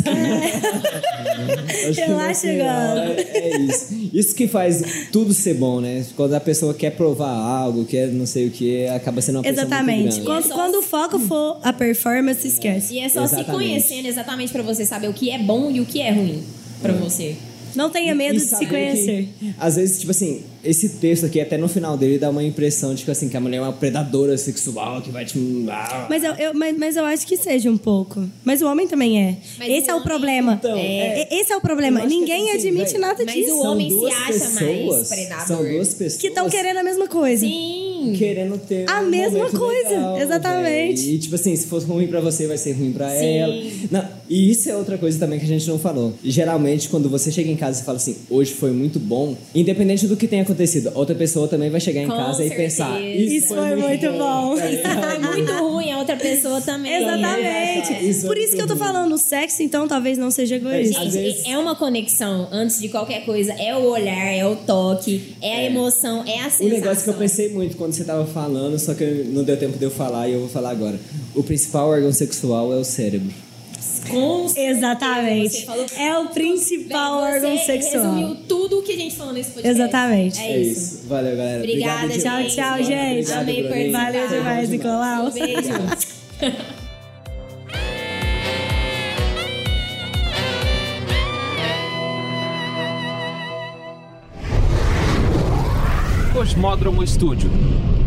Acho que Relaxa no e final goza. É, é isso. Isso que faz tudo ser bom, né? Quando a pessoa quer provar algo, quer não sei o que, acaba sendo uma pressão Exatamente. muito grande. Quando, E é só- quando o foco for a performance, esquece. E é só Exatamente. se conhecendo exatamente pra você saber o que é bom e o que é ruim pra você. Não tenha medo E de se saber conhecer. que, às vezes, tipo assim, esse texto aqui, até no final dele, dá uma impressão de que, assim, que a mulher é uma predadora sexual que vai te... Mas eu, eu- mas, mas eu acho que seja um pouco. Mas o homem também é. Mas Esse o é o homem- problema. Então, É, é. Esse é o problema. Eu acho que Ninguém assim, admite véi, nada mas disso. o homem se acha mais predador. São duas pessoas Que estão querendo a mesma coisa. Sim. querendo ter A um mesma momento coisa, legal, exatamente. véi. E tipo assim, se fosse ruim pra você, vai ser ruim pra Sim. ela. Não, e isso é outra coisa também que a gente não falou. Geralmente, quando você chega em casa e fala assim, hoje foi muito bom, independente do que tenha acontecido, outra pessoa também vai chegar em Com casa certeza. e pensar, Isso foi muito bom. tá Se ligado? foi muito ruim, a outra pessoa também. Exatamente. Isso é Por isso que eu tô muito ruim. falando, o sexo, então, talvez não seja egoísta. Às Gente, vezes- é uma conexão antes de qualquer coisa. É o olhar, é o toque, é a emoção, é a sensação. Um negócio que eu pensei muito quando você tava falando, só que não deu tempo de eu falar e eu vou falar agora. O principal órgão sexual é o cérebro. Com certeza, Exatamente. você falou É o principal Bem, órgão você sexual. resumiu tudo o que a gente falou nesse podcast. Exatamente. É, isso. Valeu, galera. Obrigada, Obrigado Tchau, gente. tchau, gente. Obrigado, Amei Bruninho. participar. Valeu demais, Nicolau. Um beijo. Cosmódromo Estúdio.